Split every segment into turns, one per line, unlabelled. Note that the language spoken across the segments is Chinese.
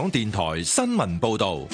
港電台新聞報道。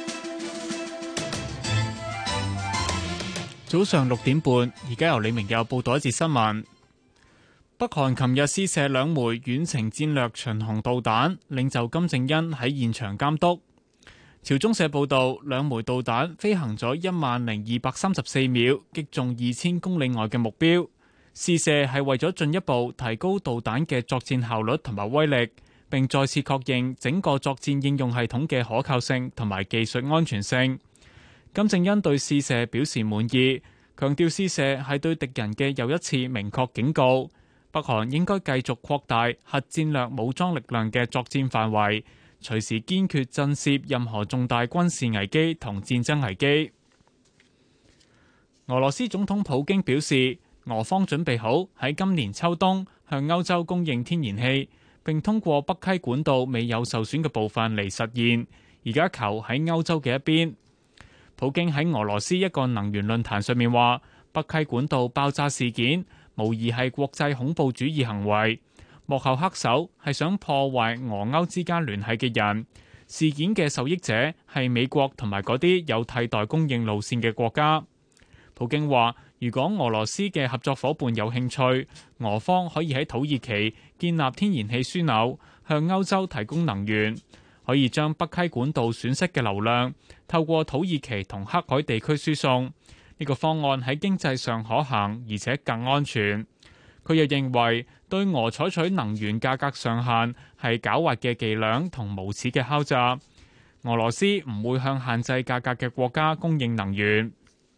早上6點半，而家由李明佑報道一節新聞。北韓琴日試射2枚遠程戰略巡航導彈，領袖金正恩喺現場監督。朝中社報道，2枚導彈飛行咗10234秒，擊中2000公里外嘅目標。試射係為咗進一步提高導彈嘅作戰效率同埋威力，並再次確認整個作戰應用系統嘅可靠性同埋技術安全性。金正恩對試射表示滿意，強調試射係對敵人嘅又一次明確警告。北韓應該繼續擴大核戰略武裝力量嘅作戰範圍，隨時堅決震懾任何重大軍事危機同戰爭危機。俄羅斯總統普京表示，俄方準備好喺今年秋冬向歐洲供應天然氣，並通過北溪管道未有受損嘅部分嚟實現。而家球喺歐洲嘅一邊。普京喺俄羅斯一個能源論壇上面話，北溪管道爆炸事件無疑係國際恐怖主義行為，幕後黑手係想破壞俄歐之間聯繫嘅人。事件嘅受益者係美國同埋嗰啲有替代供應路線嘅國家。普京話，如果俄羅斯嘅合作夥伴有興趣，俄方可以喺土耳其建立天然氣樞紐，向歐洲提供能源，可以將北溪管道損失嘅流量透過土耳其同黑海地區輸送。呢個方案喺經濟上可行，而且更安全。佢又認為對俄採取能源價格上限係狡猾嘅伎倆同無恥嘅敲詐。俄羅斯唔會向限制價格嘅國家供應能源。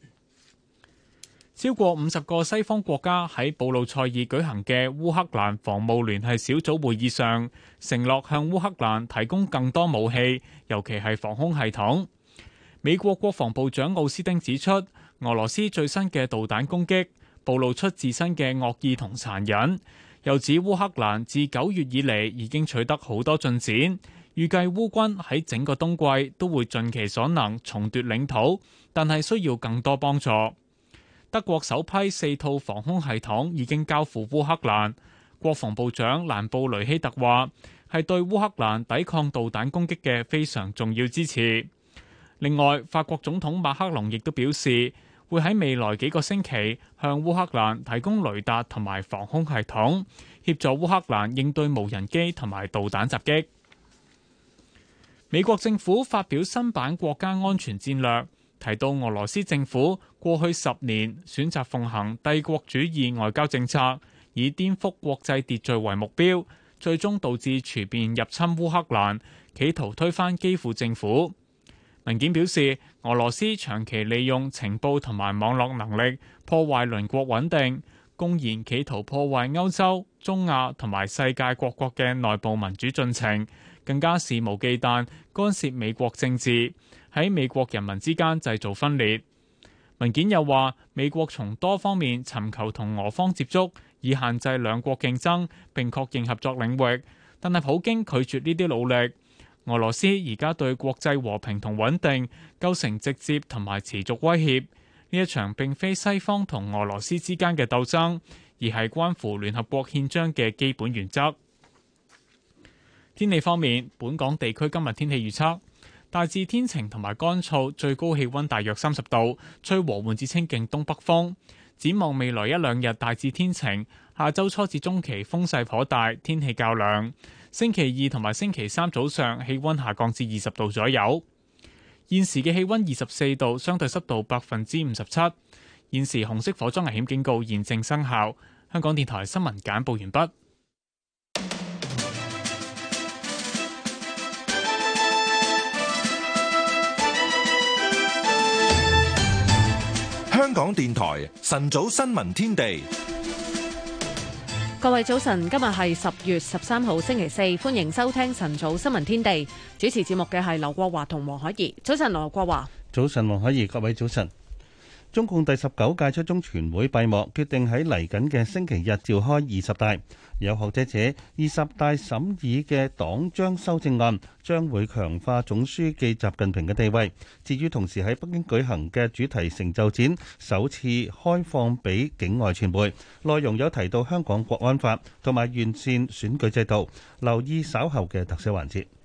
超過50個西方國家喺布魯塞爾舉行嘅烏克蘭防務聯繫小組會議上，承諾向烏克蘭提供更多武器，尤其係防空系統。美國國防部長奧斯汀指出，俄羅斯最新嘅導彈攻擊暴露出自身嘅惡意同殘忍，又指烏克蘭自9月以嚟已經取得好多進展，預計烏軍喺整個冬季都會盡其所能重奪領土，但係需要更多幫助。德國首批4套防空系統已經交付烏克蘭，國防部長蘭布雷希特話係對烏克蘭抵抗導彈攻擊嘅非常重要支持。另外，法國總統馬克龍亦都表示，會喺未來幾個星期向烏克蘭提供雷達同埋防空系統，協助烏克蘭應對無人機同埋導彈襲擊。美國政府發表新版國家安全戰略，提到俄羅斯政府過去10年選擇奉行帝國主義外交政策，以顛覆國際秩序為目標，最終導致全面入侵烏克蘭，企圖推翻基輔政府。文件表示，俄羅斯長期利用情報同埋網絡能力破壞鄰國穩定，公然企圖破壞歐洲、中亞同埋世界各國嘅內部民主進程，更加肆無忌憚干涉美國政治，喺美國人民之間製造分裂。文件又話，美國從多方面尋求同俄方接觸，以限制兩國競爭並確認合作領域，但係普京拒絕呢啲努力。俄羅斯而家對國際和平同穩定構成直接同埋持續威脅。呢一場並非西方同俄羅斯之間嘅鬥爭，而係關乎聯合國憲章嘅基本原則。天氣方面，本港地區今日天氣預測大致天晴同埋乾燥，最高氣溫大約30度，吹和緩至清勁東北風。展望未來1-2日大致天晴，下周初至中期風勢頗大，天氣較涼。星期2同埋星期3早上氣溫下降至20度左右。現時嘅氣溫24度，相對濕度57%。現時紅色火災危險警告現正生效。香港電台新聞簡報完畢。
香港電台晨早新聞天地。
各位早晨，今日係10月13號星期四，歡迎收聽晨早新聞天地。主持節目嘅係劉國華同黃海怡。早晨，劉國華。早晨，黃海怡。各位早晨。中共第19屆七中全會閉幕，決定喺嚟緊嘅星期日召開20大。有學者指，20大審議嘅黨章修正案將會強化總書記習近平嘅地位。至於同時喺北京舉行嘅主題成就展，首次開放俾境外傳媒，內容有提到香港國安法同埋完善選舉制度。留意稍後嘅特寫環節。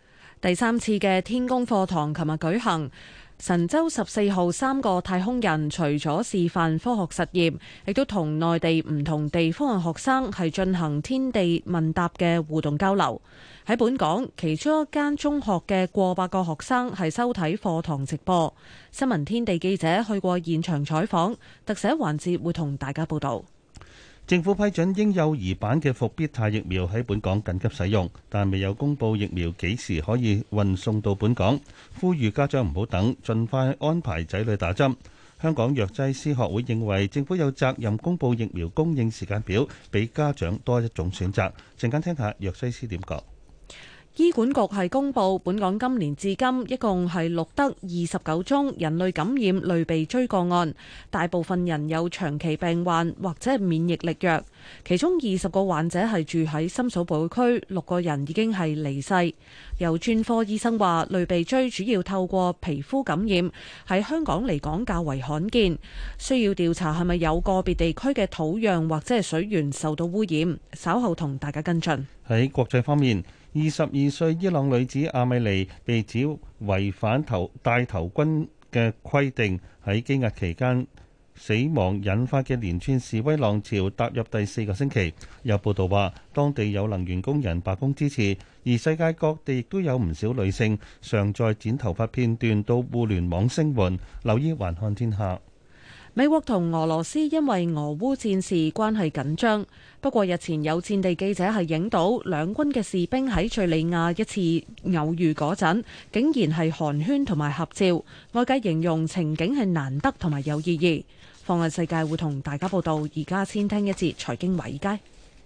第三次嘅天宮課堂琴日舉行。神舟14號3個太空人除咗示範科學實驗，亦都同內地唔同地方嘅學生係進行天地問答嘅互動交流。喺本港，其中一間中學嘅過百個學生係收睇課堂直播。新聞天地記者去過現場採訪，特寫環節會同大家報導。
政府批准嬰幼兒版嘅復必泰疫苗喺本港緊急使用，但未有公布疫苗幾時可以運送到本港，呼籲家長唔好等，盡快安排仔女打針。香港藥劑師學會認為政府有責任公布疫苗供應時間表，俾家長多一種選擇。陣間聽下藥劑師點講。
醫管局係公布，本港今年至今一共係錄得29宗人類感染類鼻疽個案，大部分人有長期病患或者係免疫力弱，其中20個患者係住喺深水埗區，6個人已經係離世。有專科醫生話，類鼻疽主要透過皮膚感染，喺香港嚟講較為罕見，需要調查係咪有個別地區嘅土壤或者係水源受到污染。稍後同大家跟進。
喺國際方面，22歲伊朗女子阿米尼被指違反戴頭巾嘅規定，喺羈押期間死亡，引發嘅連串示威浪潮踏入第4個星期。有報道話，當地有能源工人罷工支持，而世界各地亦都有唔少女性上載剪頭髮片段到互聯網聲援。留意環看天下。
美國同俄羅斯因為俄烏戰事關係緊張，不過日前有戰地記者係影到兩軍嘅士兵喺敘利亞一次偶遇嗰陣，竟然係寒暄同埋合照，外界形容情景係難得同埋有意義。放眼世界會同大家報道，而家先聽一節財經華爾街。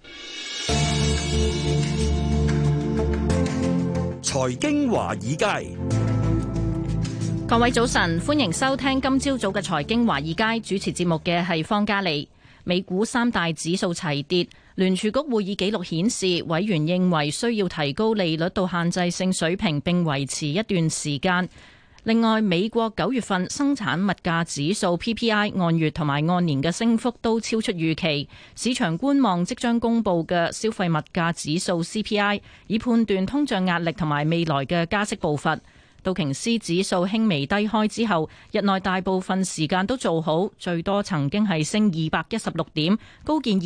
財經華爾街。
各位早晨，歡迎收聽今朝早嘅財經華爾街，主持節目嘅係方嘉利。美股三大指數齊跌，聯儲局會議記錄顯示，委員認為需要提高利率到限制性水平並維持一段時間。另外，美國9月份生產物價指數 PPI 按月同埋按年嘅升幅都超出預期，市場觀望即將公佈嘅消費物價指數 CPI， 以判斷通脹壓力同埋未來嘅加息步伐。道瓊斯指數輕微低開之後，日內大部分時間都做好，最多曾經係升216點，高見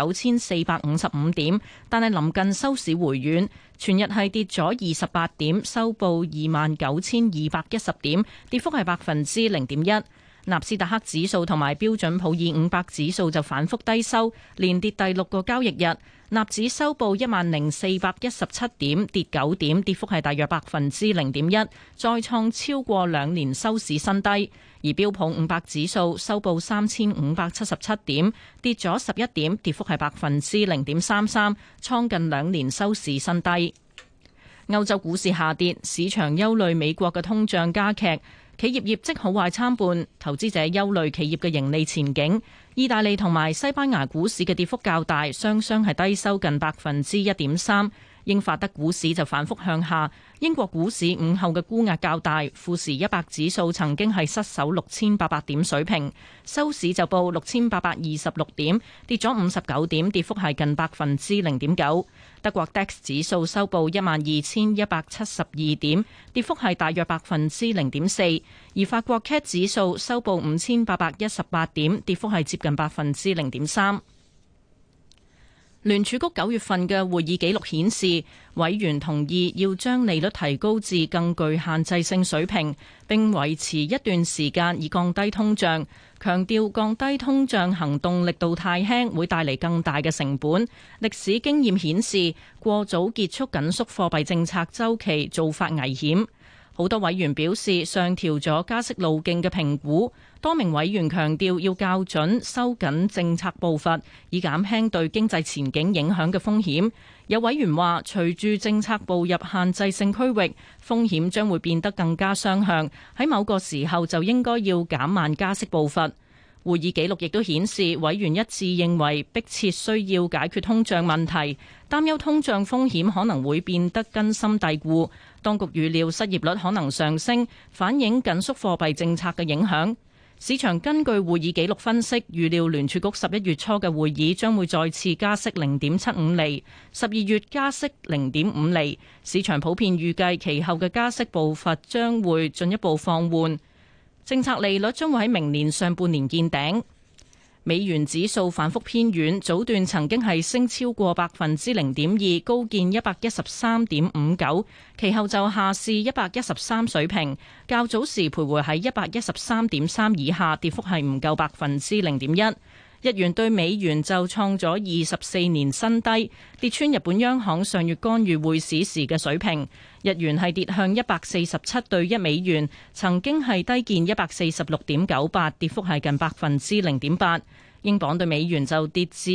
29,455點，但係臨近收市回軟，全日係跌咗28點，收報29,210點，跌幅係0.1%。納斯達克指數同埋標準普爾500指數就反覆低收，連跌第6個交易日。納指收報10,417點，跌9點，跌幅係大約0.1%，再創超過2年收市新低。而標普500指數收報3,577點，跌咗11點，跌幅係0.33%，創近2年收市新低。歐洲股市下跌，市場憂慮美國嘅通脹加劇。企業業績好壞參半，投資者憂慮企業嘅盈利前景。意大利同埋西班牙股市嘅跌幅較大，雙雙係低收近1.3%。英法德股市就反覆向下。英國股市午後嘅沽壓較大，富時100指數曾經係失守6800點水平，收市就報6826點，跌咗59點，跌幅係近0.9%。德國 DAX 指數收報12172點，跌幅係大約0.4%。而法國 CAC 指數收報5818點，跌幅係接近0.3%。聯儲局9月份嘅會議記錄顯示，委員同意要將利率提高至更具限制性水平，並維持一段時間以降低通脹。強調降低通脹行動力度太輕，會帶嚟更大嘅成本。歷史經驗顯示，過早結束緊縮貨幣政策週期做法危險。好多委員表示上調咗加息路徑嘅評估。多名委員強調要校準收緊政策步伐，以減輕對經濟前景影響嘅風險。有委員話，隨住政策步入限制性區域，風險將會變得更加雙向，喺某個時候就應該要減慢加息步伐。會議記錄亦都顯示，委員一致認為迫切需要解決通脹問題，擔憂通脹風險可能會變得根深蒂固。當局預料失業率可能上升，反映緊縮貨幣政策嘅影響。 市場根據會議記錄分析，預料聯儲局11月初嘅會議將會再次加息0.75厘，12月加息0.5厘。市場普遍預計其後嘅加息步伐將會進一步放緩，政策利率將會喺明年上半年見頂。美元指數反覆偏軟，早段曾經係升超過0.2%，高見113.59，其後就下試113水平。較早時徘徊喺113.3以下，跌幅係唔夠0.1%。日元對美元就創咗24年新低，跌穿日本央行上月干預匯市時嘅水平。日元係跌向147對1美元，曾經係低見146.98，跌幅係近0.8%。英鎊對美元就跌至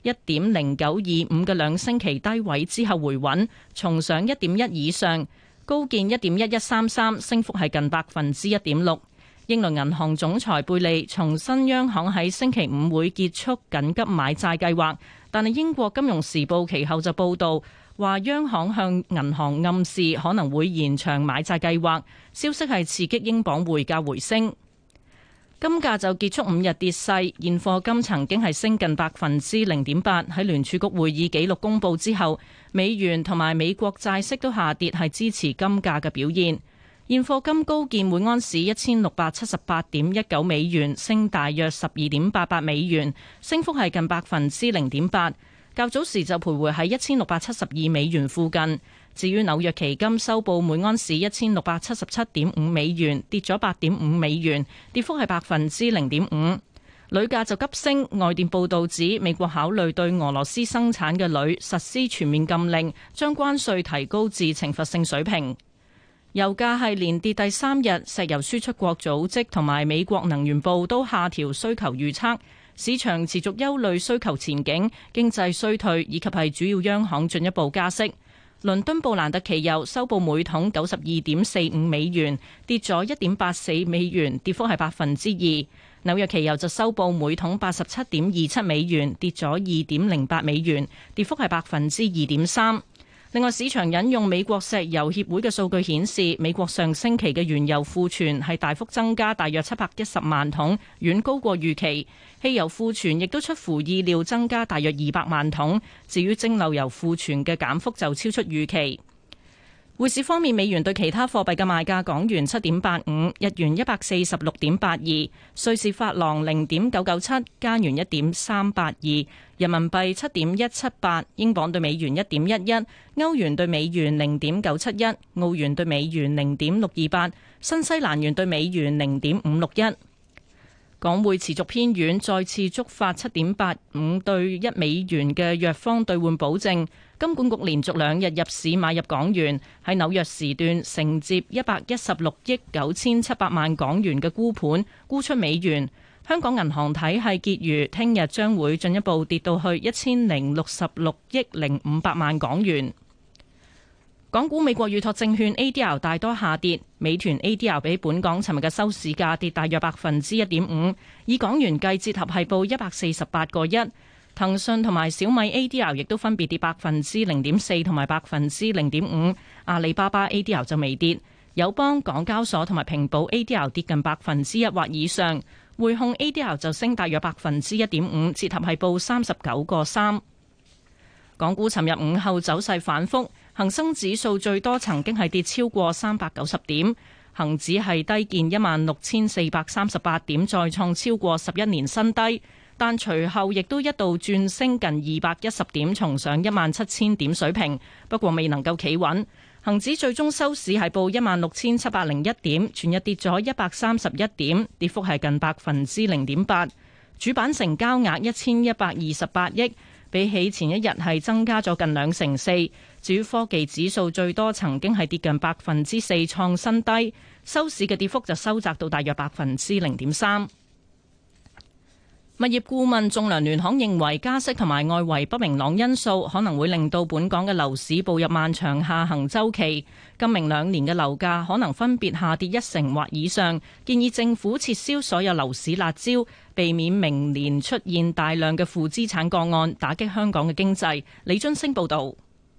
1.0925嘅兩星期低位之後回穩，重上1.1以上，高見1.1133，升幅係近1.6%。英倫銀行總裁貝利重申央行喺星期五會結束緊急買債計劃，但係英國金融時報其後就報道話央行向銀行暗示可能會延長買債計劃，消息係刺激英鎊匯價回升。金價就結束5日跌勢，現貨金曾經係升近0.8%。喺聯儲局會議記錄公佈之後，美元同埋美國債息都下跌，係支持金價嘅表現。現貨金高見每安士1678.19美元，升大約12.88美元，升幅係近0.8%。較早時就徘徊喺1672美元附近。至於紐約期金收報每安士1677.5美元，跌咗8.5美元，跌幅係0.5%。鋁價就急升，外電報導指美國考慮對俄羅斯生產嘅鋁實施全面禁令，將關稅提高至懲罰性水平。油價係連跌第3日，石油輸出國組織同埋美國能源部都下調需求預測，市場持續憂慮需求前景、經濟衰退以及係主要央行進一步加息。倫敦布蘭特期油收報每桶92.45美元，跌咗1.84美元，跌幅係2%。紐約期油就收報每桶87.27美元，跌咗2.08美元，跌幅係2.3%。另外，市場引用美國石油協會嘅數據顯示，美國上星期嘅原油庫存係大幅增加，大約710萬桶，遠高過預期。汽油庫存亦都出乎意料增加，大約200萬桶。至於蒸餾油庫存嘅減幅就超出預期。匯市方面，美元對其他貨幣嘅賣價：港元7.85，日元146.82，瑞士法郎0.997，加元1.382，人民幣7.178，英鎊對美元1.11，歐元對美元0.971，澳元對美元0.628，新西蘭元對美元0.561。港匯持續偏軟，再次觸發7.85對1美元嘅弱方兌換保證。金管局連續2日入市買入港元，喺紐約時段承接116億9700萬港元嘅沽盤，沽出美元。香港銀行體系結餘聽日將會進一步跌到去1066億0500萬港元。港股美國預託證券 ADR 大多下跌，美團 ADR 比本港尋日嘅收市價跌大約1.5%，以港元計折合係報148個1。騰訊同埋小米 ADR 亦都分別跌0.4%同埋0.5%，阿里巴巴 ADR 就微跌，友邦、港交所同埋平保 ADR 跌近1%或以上，匯控 ADR 就升大約1.5%，折合係報39個3。港股尋日午後走勢反覆，恒生指數最多曾經係跌超過390點，恒指係低見16,438點，再創超過11年新低。但隨後亦都一度轉升近210點，重上17,000點水平，不過未能夠企穩。恒指最終收市係報16,701點，全日跌咗131點，跌幅係近0.8%。主板成交額1128億，比起前一日係增加咗近4%。至於科技指數最多曾經係跌近4%，創新低，收市嘅跌幅就收窄到大約0.3%。物業顧問仲量聯行認為，加息同埋外圍不明朗因素可能會令到本港嘅樓市步入漫長下行週期。今明2年嘅樓價可能分別下跌1成或以上，建議政府撤銷所有樓市辣招，避免明年出現大量嘅負資產個案，打擊香港嘅經濟。李津升報導。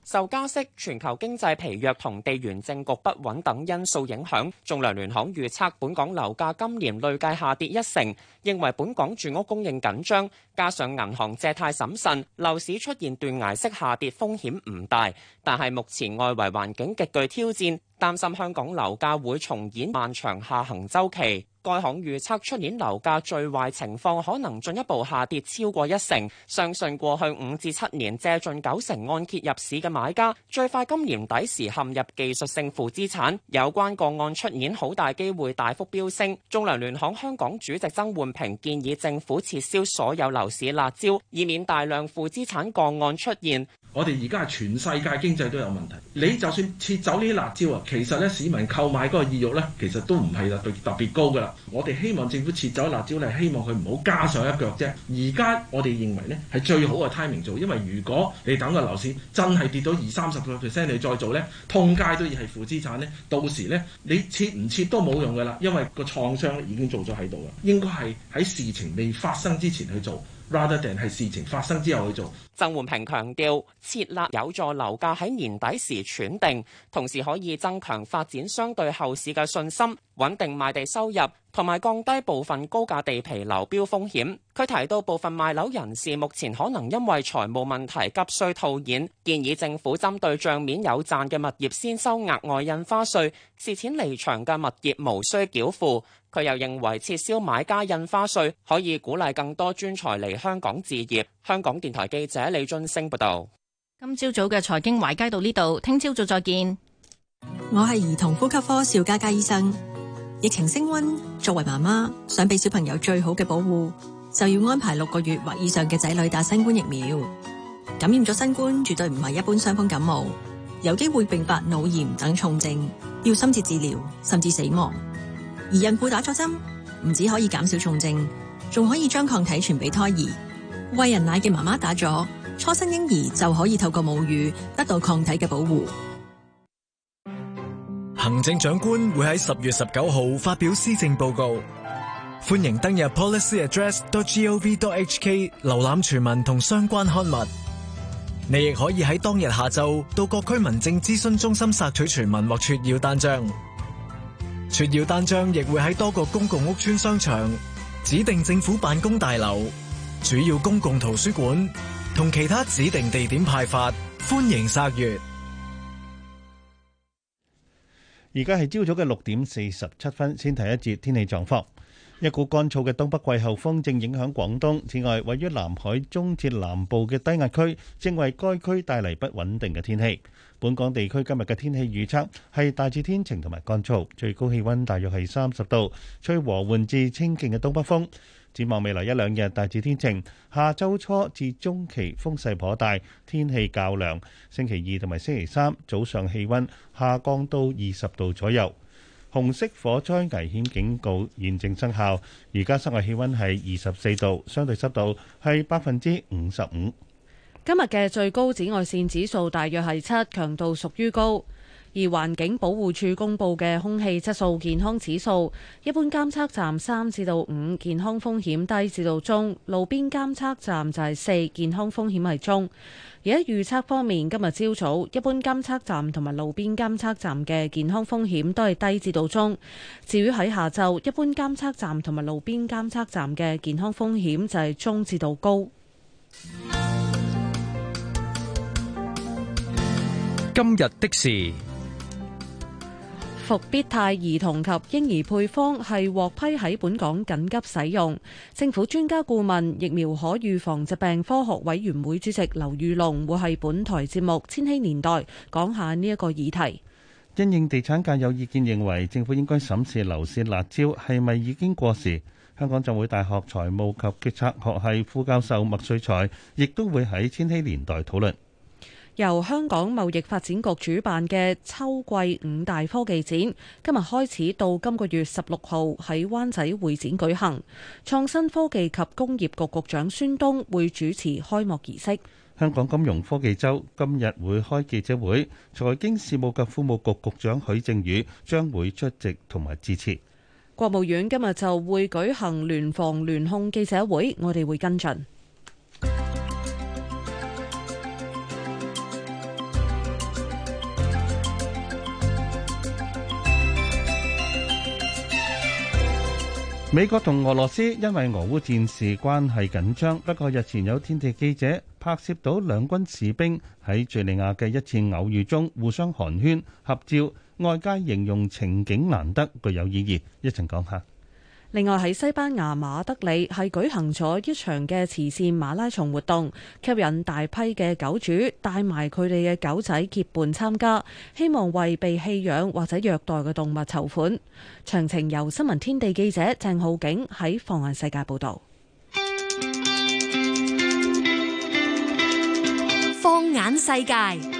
受加息、全球經濟疲弱同地緣政局不穩等因素影響，仲量聯行預測本港樓價今年累計下跌1成，認為本港住屋供應緊張，加上銀行借貸審慎，樓市出現斷崖式下跌風險唔大。但係目前外圍環境極具挑戰，擔心香港樓價會重演漫長下行週期。該行預測出年樓價最壞情況可能進一步下跌超過1成，相信過去5至7年借盡90%按揭入市嘅買家，最快今年底時陷入技術性負資產。有關個案出年好大機會大幅飆升。仲量聯行香港主席曾煥平建議政府撤銷所有樓市辣招，以免大量負資產個案出現。
我哋而家係全世界經濟都有問題，你就算撤走呢啲辣招啊，其實咧市民購買嗰個意欲咧，其實都唔係特別高噶啦。我哋希望政府撤走辣招咧，希望佢唔好加上一腳啫。而家我哋認為咧係最好嘅 timing 做，因為如果你等個樓市真係跌到20-30%，你再做咧，通街都要係負資產咧，到時咧你撤唔撤都冇用噶啦，因為個創傷已經做咗喺度啦。應該係喺事情未發生之前去做。rather than 係事情發生之後去做。
曾煥平強調，設立有助樓價喺年底時喘定，同時可以增強發展商對後市嘅信心，穩定賣地收入，同埋降低部分高價地皮流標風險。佢提到部分賣樓人士目前可能因為財務問題急需套現，建議政府針對帳面有賺嘅物業先收額外印花稅，蝕錢離場嘅物業無需繳付。佢又認為撤銷買家印花稅可以鼓勵更多專才嚟香港置業。香港電台記者李俊升報導。
今朝早嘅財經華爾街到呢度，聽朝早再見。
我係兒童呼吸科邵嘉嘉醫生。疫情升溫，作為媽媽想俾小朋友最好嘅保護，就要安排6個月或以上嘅仔女打新冠疫苗。感染咗新冠絕對唔係一般傷風感冒，有機會併發腦炎等重症，要深切治療甚至死亡。而孕婦打咗針，唔止可以減少重症，仲可以將抗體傳俾胎兒。餵人奶嘅媽媽打咗，初生嬰兒就可以透過母乳得到抗體嘅保護。
行政長官會喺10月19號發表施政報告，歡迎登入 policyaddress.gov.hk 瀏覽全文同相關刊物。你亦可以喺當日下晝到各區民政諮詢中心索取全文或撮要單張。撮要單張亦會喺多個公共屋邨、商場、指定政府辦公大樓、主要公共圖書館同其他指定地點派發，歡迎索閱。
而家係朝早嘅6點47分，先睇一節天氣狀況。一股乾燥嘅東北季候風正影響廣東，此外，位於南海中至南部嘅低壓區正為該區帶嚟不穩定嘅天氣。本港地區今日嘅天氣預測係大致天晴同埋乾燥，最高氣溫大約係30度，吹和緩至清勁嘅東北風。展望未來1-2日大致天晴，下周初至中期風勢頗大，天氣較涼。星期2同埋星期3早上氣溫下降到20度左右。紅色火災危險警告現正生效。而家室外氣溫係24度，相對濕度係55%。
今日嘅最高紫外線指數大約係7，強度屬於高。而環境保護署公布嘅空氣質素健康指數，一般監測站3至5，健康風險低至到中；路邊監測站就係4，健康風險係中。而喺預測方面，今日朝早一般監測站同埋路邊監測站嘅健康風險都係低至到中。至於喺下晝，一般監測站同埋路邊監測站嘅健康風險就係中至到高。
今日的事。
復必泰兒童及嬰兒配方係獲批喺本港緊急使用。政府專家顧問、疫苗可預防疾病科學委員會主席劉宇龍會係本台節目《千禧年代》講下呢一個議題。
因應地產界有意見認為，政府應該審視樓市辣招係咪已經過時。香港浸會大學財務及決策學系副教授麥萃才亦都會喺《千禧年代》討論。
由香港貿易發展局主辦嘅秋季5大科技展，今日開始到今個月16號喺灣仔會展舉行。創新科技及工業局局長孫東會主持開幕儀式。
香港金融科技周今日會開記者會，財經事務及庫務局局長許正宇將會出席同埋致辭。
國務院今日就會舉行聯防聯控記者會，我哋會跟進。
美國同俄羅斯因為俄烏戰事關係緊張，不過日前有天地記者拍攝到兩軍士兵喺敘利亞嘅一次偶遇中互相寒暄合照，外界形容情景難得，具有意義。一陣講下。
另外喺西班牙馬德里係舉行咗一場嘅慈善馬拉松活動，吸引大批嘅狗主帶埋佢哋嘅狗仔結伴參加，希望為被棄養或者虐待嘅動物籌款。詳情由新聞天地記者鄭浩景喺放眼世界報導。
放眼世界。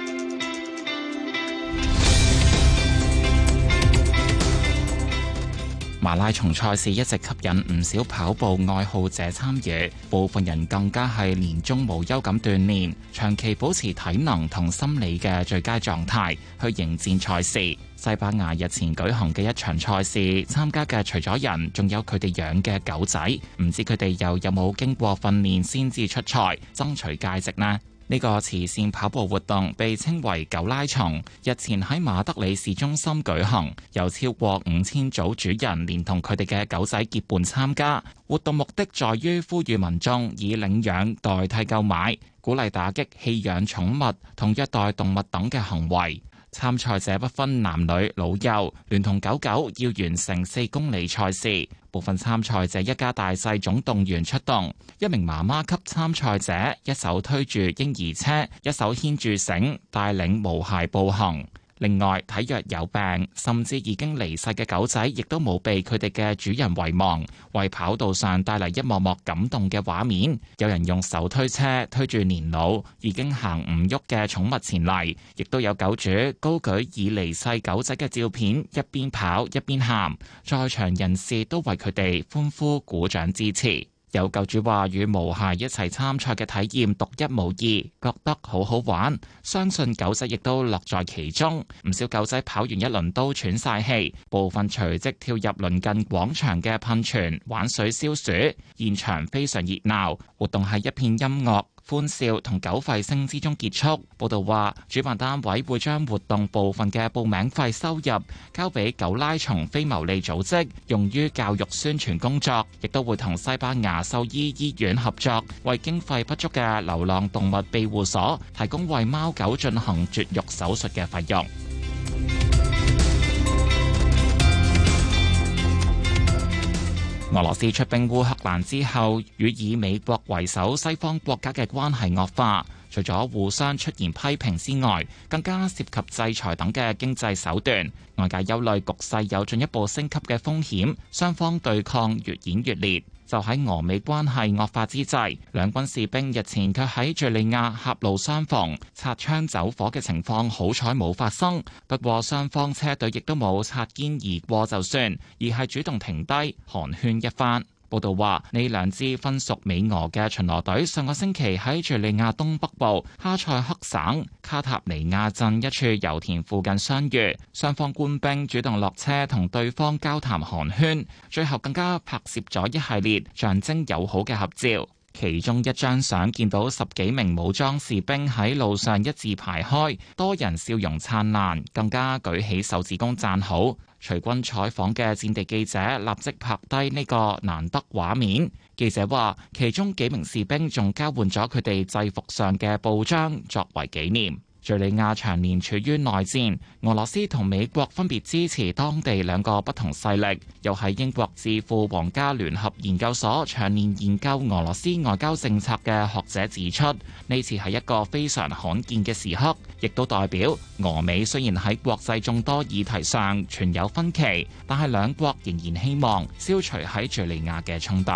馬拉松賽事一直吸引唔少跑步愛好者參與，部分人更加係年終無休咁鍛鍊，長期保持體能同心理嘅最佳狀態去迎戰賽事。西班牙日前舉行嘅一場賽事，參加嘅除咗人，仲有佢哋養嘅狗仔，唔知佢哋又有冇經過訓練先至出賽，爭取佳績呢？呢個慈善跑步活動被稱為狗拉松，日前喺馬德里市中心舉行，有超過5000組主人連同佢哋嘅狗仔結伴參加。活動目的在於呼籲民眾以領養代替購買，鼓勵打擊棄養寵物同虐待動物等嘅行為。參賽者不分男女老幼，聯同狗狗要完成4公里賽事。部分參賽者一家大細總動員出動，一名媽媽級參賽者一手推住嬰兒車，一手牽住繩，帶領毛孩步行。另外，體弱有病甚至已經離世嘅狗仔，亦都冇被佢哋嘅主人遺忘，為跑道上帶嚟一幕幕感動嘅畫面。有人用手推車推住年老已經行唔喐嘅寵物前嚟，亦都有狗主高舉已離世狗仔嘅照片，一邊跑一邊喊。在場人士都為佢哋歡呼鼓掌支持。有狗主話：與毛孩一齊參賽嘅體驗獨一無二，覺得好好玩，相信狗仔亦都樂在其中。唔少狗仔跑完一輪都喘晒氣，部分隨即跳入鄰近廣場嘅噴泉玩水消暑，現場非常熱鬧。活動喺一片音樂、歡笑同狗吠聲之中結束。報道話，主辦單位會將活動部分嘅報名費收入交俾狗拉松非牟利組織，用於教育宣傳工作，亦都會同西班牙獸醫醫院合作，為經費不足嘅流浪動物庇護所提供為貓狗進行絕育手術嘅費用。俄羅斯出兵烏克蘭之後，與以美國為首西方國家嘅關係惡化，除咗互相出言批評之外，更加涉及制裁等嘅經濟手段。外界憂慮局勢有進一步升級嘅風險，雙方對抗越演越烈。就喺俄美關係惡化之際，兩軍士兵日前卻喺敘利亞狹路相逢，擦槍走火嘅情況好彩冇發生。不過雙方車隊亦都冇擦肩而過就算，而係主動停低寒暄一番。報道話，呢兩支分屬美俄嘅巡邏隊上個星期喺敘利亞東北部哈塞克省卡塔尼亞鎮一處油田附近相遇，雙方官兵主動落車同對方交談寒暄，最後更加拍攝咗一系列象徵友好嘅合照。其中一張相見到10幾名武裝士兵喺路上一字排開，多人笑容燦爛，更加舉起手指公讚好。隨軍採訪嘅戰地記者立即拍低呢個難得畫面。記者話，其中幾名士兵仲交換咗佢哋制服上嘅布章作為紀念。敘利亞長年處於內戰，俄羅斯同美國分別支持當地兩個不同勢力。又喺英國智庫皇家聯合研究所長年研究俄羅斯外交政策嘅學者指出，呢次係一個非常罕見嘅時刻，亦都代表俄美雖然喺國際眾多議題上存有分歧，但係兩國仍然希望消除喺敘利亞嘅衝突。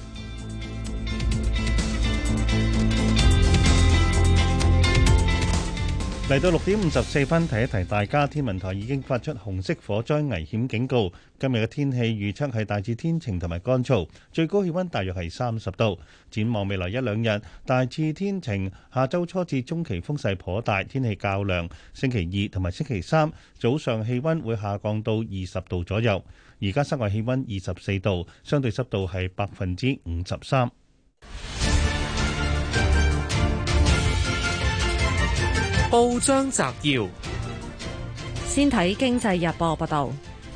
嚟到6點54分，提一提大家，天文台已經發出紅色火災危險警告。今日嘅天氣預測係大致天晴同埋乾燥，最高氣溫大約係30度。展望未來一兩日，大致天晴，下周初至中期風勢頗大，天氣較涼。星期2同埋星期3早上氣溫會下降到20度左右。而家室外氣溫24度，相對濕度係53%。
報章摘要，
先睇經濟日報報道。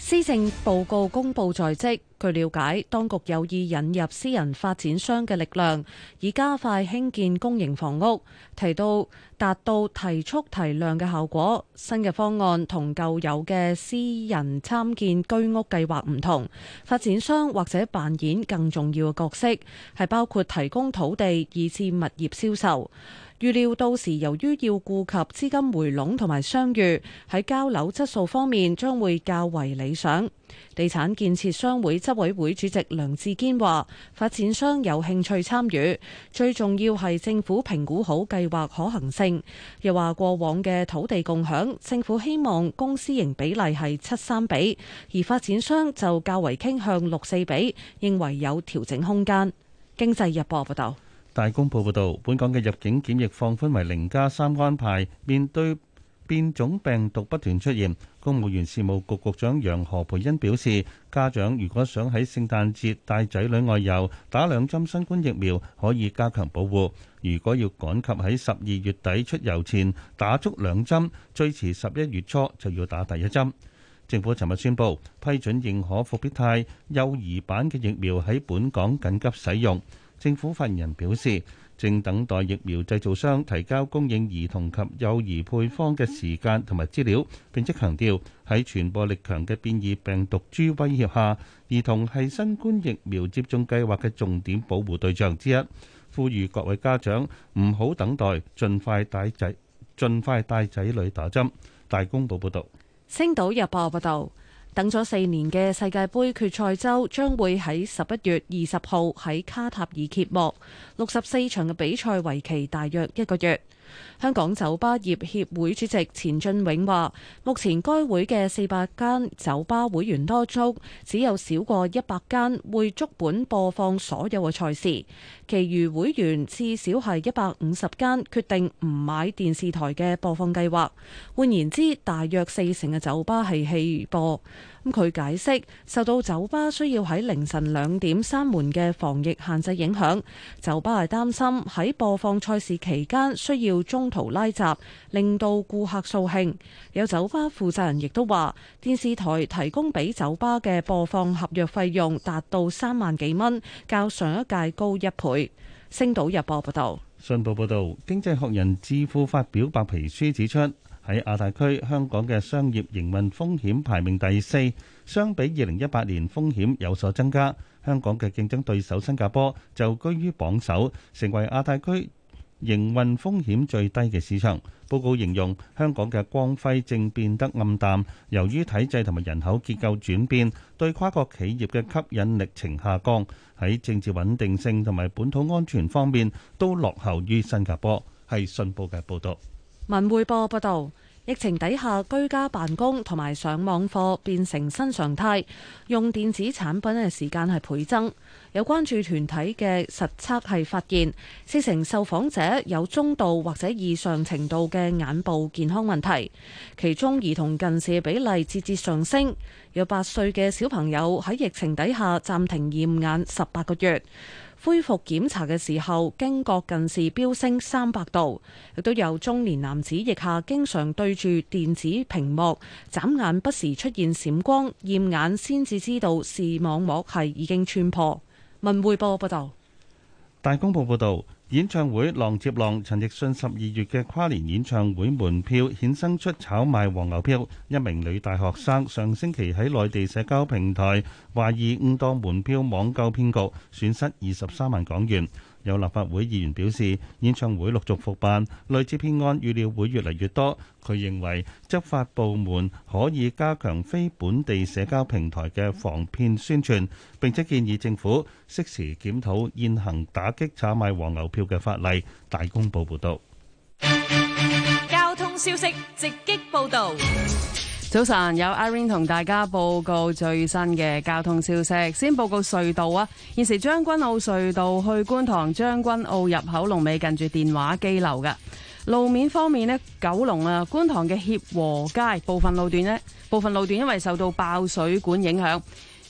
施政報告公布在即，據了解，當局有意引入私人發展商嘅力量，以加快興建公營房屋，達到提速提量嘅效果。新嘅方案同舊有嘅私人參建居屋計劃唔同，發展商或者扮演更重要嘅角色，係包括提供土地以至物業銷售。預料到時由於要顧及資金回籠同埋商譽，喺交樓質素方面將會較為理想。地產建設商會執委會主席梁志堅話：發展商有興趣參與，最重要係政府評估好計劃可行性。又話過往嘅土地共享，政府希望公私營比例係7:3比，而發展商就較為傾向6:4比，認為有調整空間。經濟日報報道。
大公報報導，本港嘅入境檢疫放寬為0+3安排，面對變種病毒不斷出現，公務員事務局局長楊何蓓茵表示，家長如果想喺聖誕節帶仔女外遊，打2針新冠疫苗可以加強保護。如果要趕及喺12月底出遊前打足2針，最遲11月初就要打第1針。政府尋日宣布批准認可復必泰幼兒版嘅疫苗喺本港緊急使用。政府發言人表示，正等待疫苗製造商提交供應兒童及幼兒配方嘅時間同埋資料，並且強調喺傳播力強嘅變異病毒株威脅下，兒童係新冠疫苗接種計劃嘅重點保護對象之一。呼籲各位家長唔好等待，盡快帶仔女打針。大公報報道。
星島日報報道。等咗4年嘅世界盃決賽周將會喺11月20號喺卡塔爾揭幕，64場嘅比賽為期大約1個月。香港酒吧業協會主席錢俊永話，目前該會嘅400間酒吧會員當中，只有少過100間會足本播放所有嘅賽事，其餘會員至少係150間決定唔買電視台嘅播放計劃。換言之，大約40%嘅酒吧係棄播。佢解釋，受到酒吧需要喺凌晨2點閂門嘅防疫限制影響，酒吧係擔心喺播放賽事期間需要中途拉閘，令到顧客掃興。有酒吧負責人亦都話，電視台提供俾酒吧嘅播放合約費用達到3萬幾蚊，較上一屆高1倍。星島日報報道。
信報報導，經濟學人智庫發表白皮書指出，喺亞太區，香港嘅商業營運風險排名第4，相比2018年風險有所增加。香港嘅競爭對手新加坡就居於榜首，成為亞太區營運風險最低嘅市場。報告形容香港嘅光輝正變得暗淡，由於體制同埋人口結構轉變，對跨國企業嘅吸引力呈下降，喺政治穩定性同埋本土安全方面都落後於新加坡。係信報嘅報導。
文匯報報道，疫情底下居家辦公同埋上網課變成新常態，用電子產品嘅時間係倍增。有關注團體嘅實測係發現，40%受訪者有中度或者以上程度嘅眼部健康問題，其中兒童近視比例節節上升。有8歲嘅小朋友喺疫情底下暫停驗眼18個月。恢復檢查嘅時候，驚覺近視飆升300度，亦都有中年男子腋下經常對住電子屏幕，眨眼不時出現閃光，驗眼先至知道視網膜係已經穿破。文匯報報道。
大公報報導，演唱會浪接浪，陳奕迅12月嘅跨年演唱會門票衍生出炒賣黃牛票。一名女大學生上星期喺內地社交平台懷疑誤當門票網購騙局，損失23萬港元。有立法會議員表示，演唱會陸續復辦，類似騙案預料會越嚟越多。佢認為執法部門可以加強非本地社交平台嘅防騙宣傳，並且建議政府適時檢討現行打擊炒賣黃牛票嘅法例。大公報報道。
交通消息直擊報道。
早晨，有 Irene 同大家報告最新嘅交通消息。先報告隧道啊，現時將軍澳隧道去觀塘將軍澳入口龍尾近住電話機樓嘅。路面方面呢，九龍觀塘嘅協和街部分路段因為受到爆水管影響，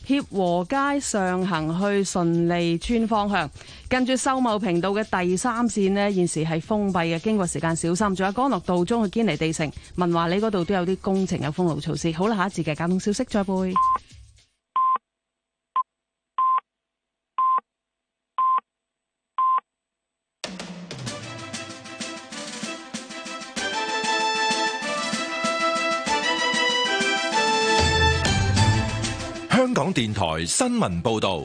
協和街上行去順利村方向，近住秀茂坪道嘅第3線呢，現時係封閉嘅，經過時間小心。仲有干諾道中去堅尼地城、文華里嗰度都有啲工程，有封路措施。好啦，下一節嘅交通消息再會。
香港電台新聞報道，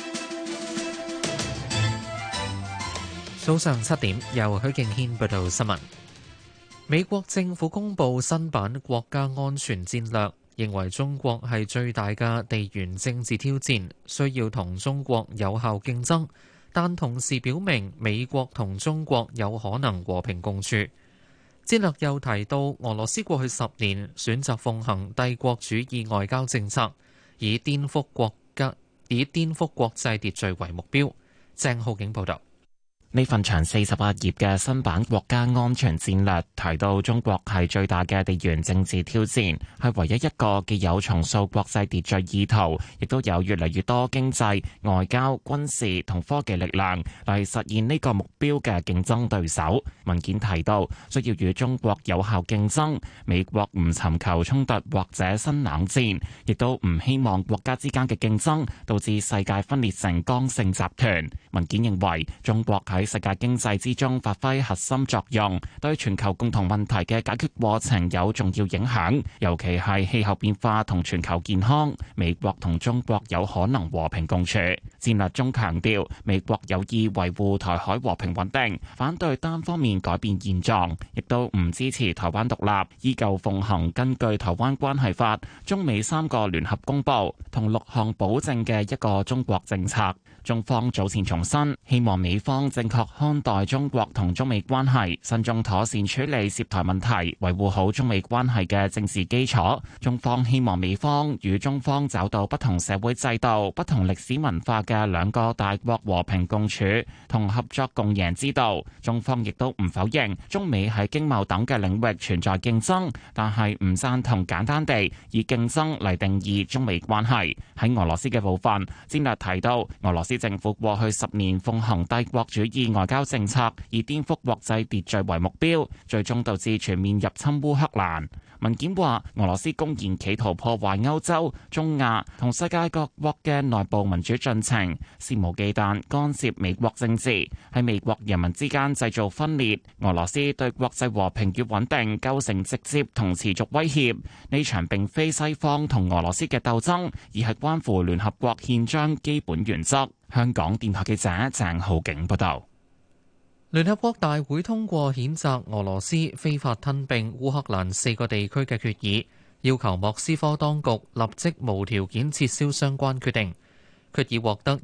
早上7點，由許敬軒報道新聞。美國政府公布新版國家安全戰略，認為中國係最大嘅地緣政治挑戰，需要同中國有效競爭，但同時表明美國同中國有可能和平共處。戰略又提到，俄羅斯過去10年選擇奉行帝國主義外交政策，以顛覆國際秩序為目標。鄭浩景報道。
呢份長48頁嘅新版國家安全戰略提到，中國係最大嘅地緣政治挑戰，係唯一一個既有重塑國際秩序意圖，亦都有越嚟越多經濟、外交、軍事同科技力量嚟實現呢個目標嘅競爭對手。文件提到，需要與中國有效競爭，美國唔尋求衝突或者新冷戰，亦都唔希望國家之間嘅競爭導致世界分裂成剛性集團。文件認為，中國喺世界經濟之中發揮核心作用，對全球共同問題嘅解決過程有重要影響，尤其係氣候變化同全球健康。美國同中國有可能和平共處。戰略中強調，美國有意維護台海和平穩定，反對單方面改變現狀，亦都唔支持台灣獨立，依舊奉行根據《台灣關係法》、中美3個聯合公報同6項保證嘅一個中國政策。中方早前重申，希望美方正確看待中國同中美關係，慎重妥善處理涉台問題，維護好中美關係嘅政治基礎。中方希望美方與中方找到不同社會制度、不同歷史文化嘅兩個大國和平共處同合作共贏之道。中方亦都唔否認中美喺經貿等嘅領域存在競爭，但係唔贊同簡單地以競爭嚟定義中美關係。喺俄羅斯嘅部分，戰略提到俄羅斯政府過去10年奉行帝國主義外交政策，以顛覆國際秩序為目標，最終導致全面入侵烏克蘭。文件話，俄羅斯公然企圖破壞歐洲、中亞同世界各國嘅內部民主進程，肆無忌憚干涉美國政治，喺美國人民之間製造分裂。俄羅斯對國際和平與穩定構成直接同持續威脅。呢場並非西方同俄羅斯嘅鬥爭，而係關乎聯合國憲章基本原則。香港電台記者鄭浩景報道。
聯合國大會通過譴責俄羅斯非法吞併烏克蘭4個地區嘅決議，要求莫斯科當局立即無條件撤銷相關決定。決議獲得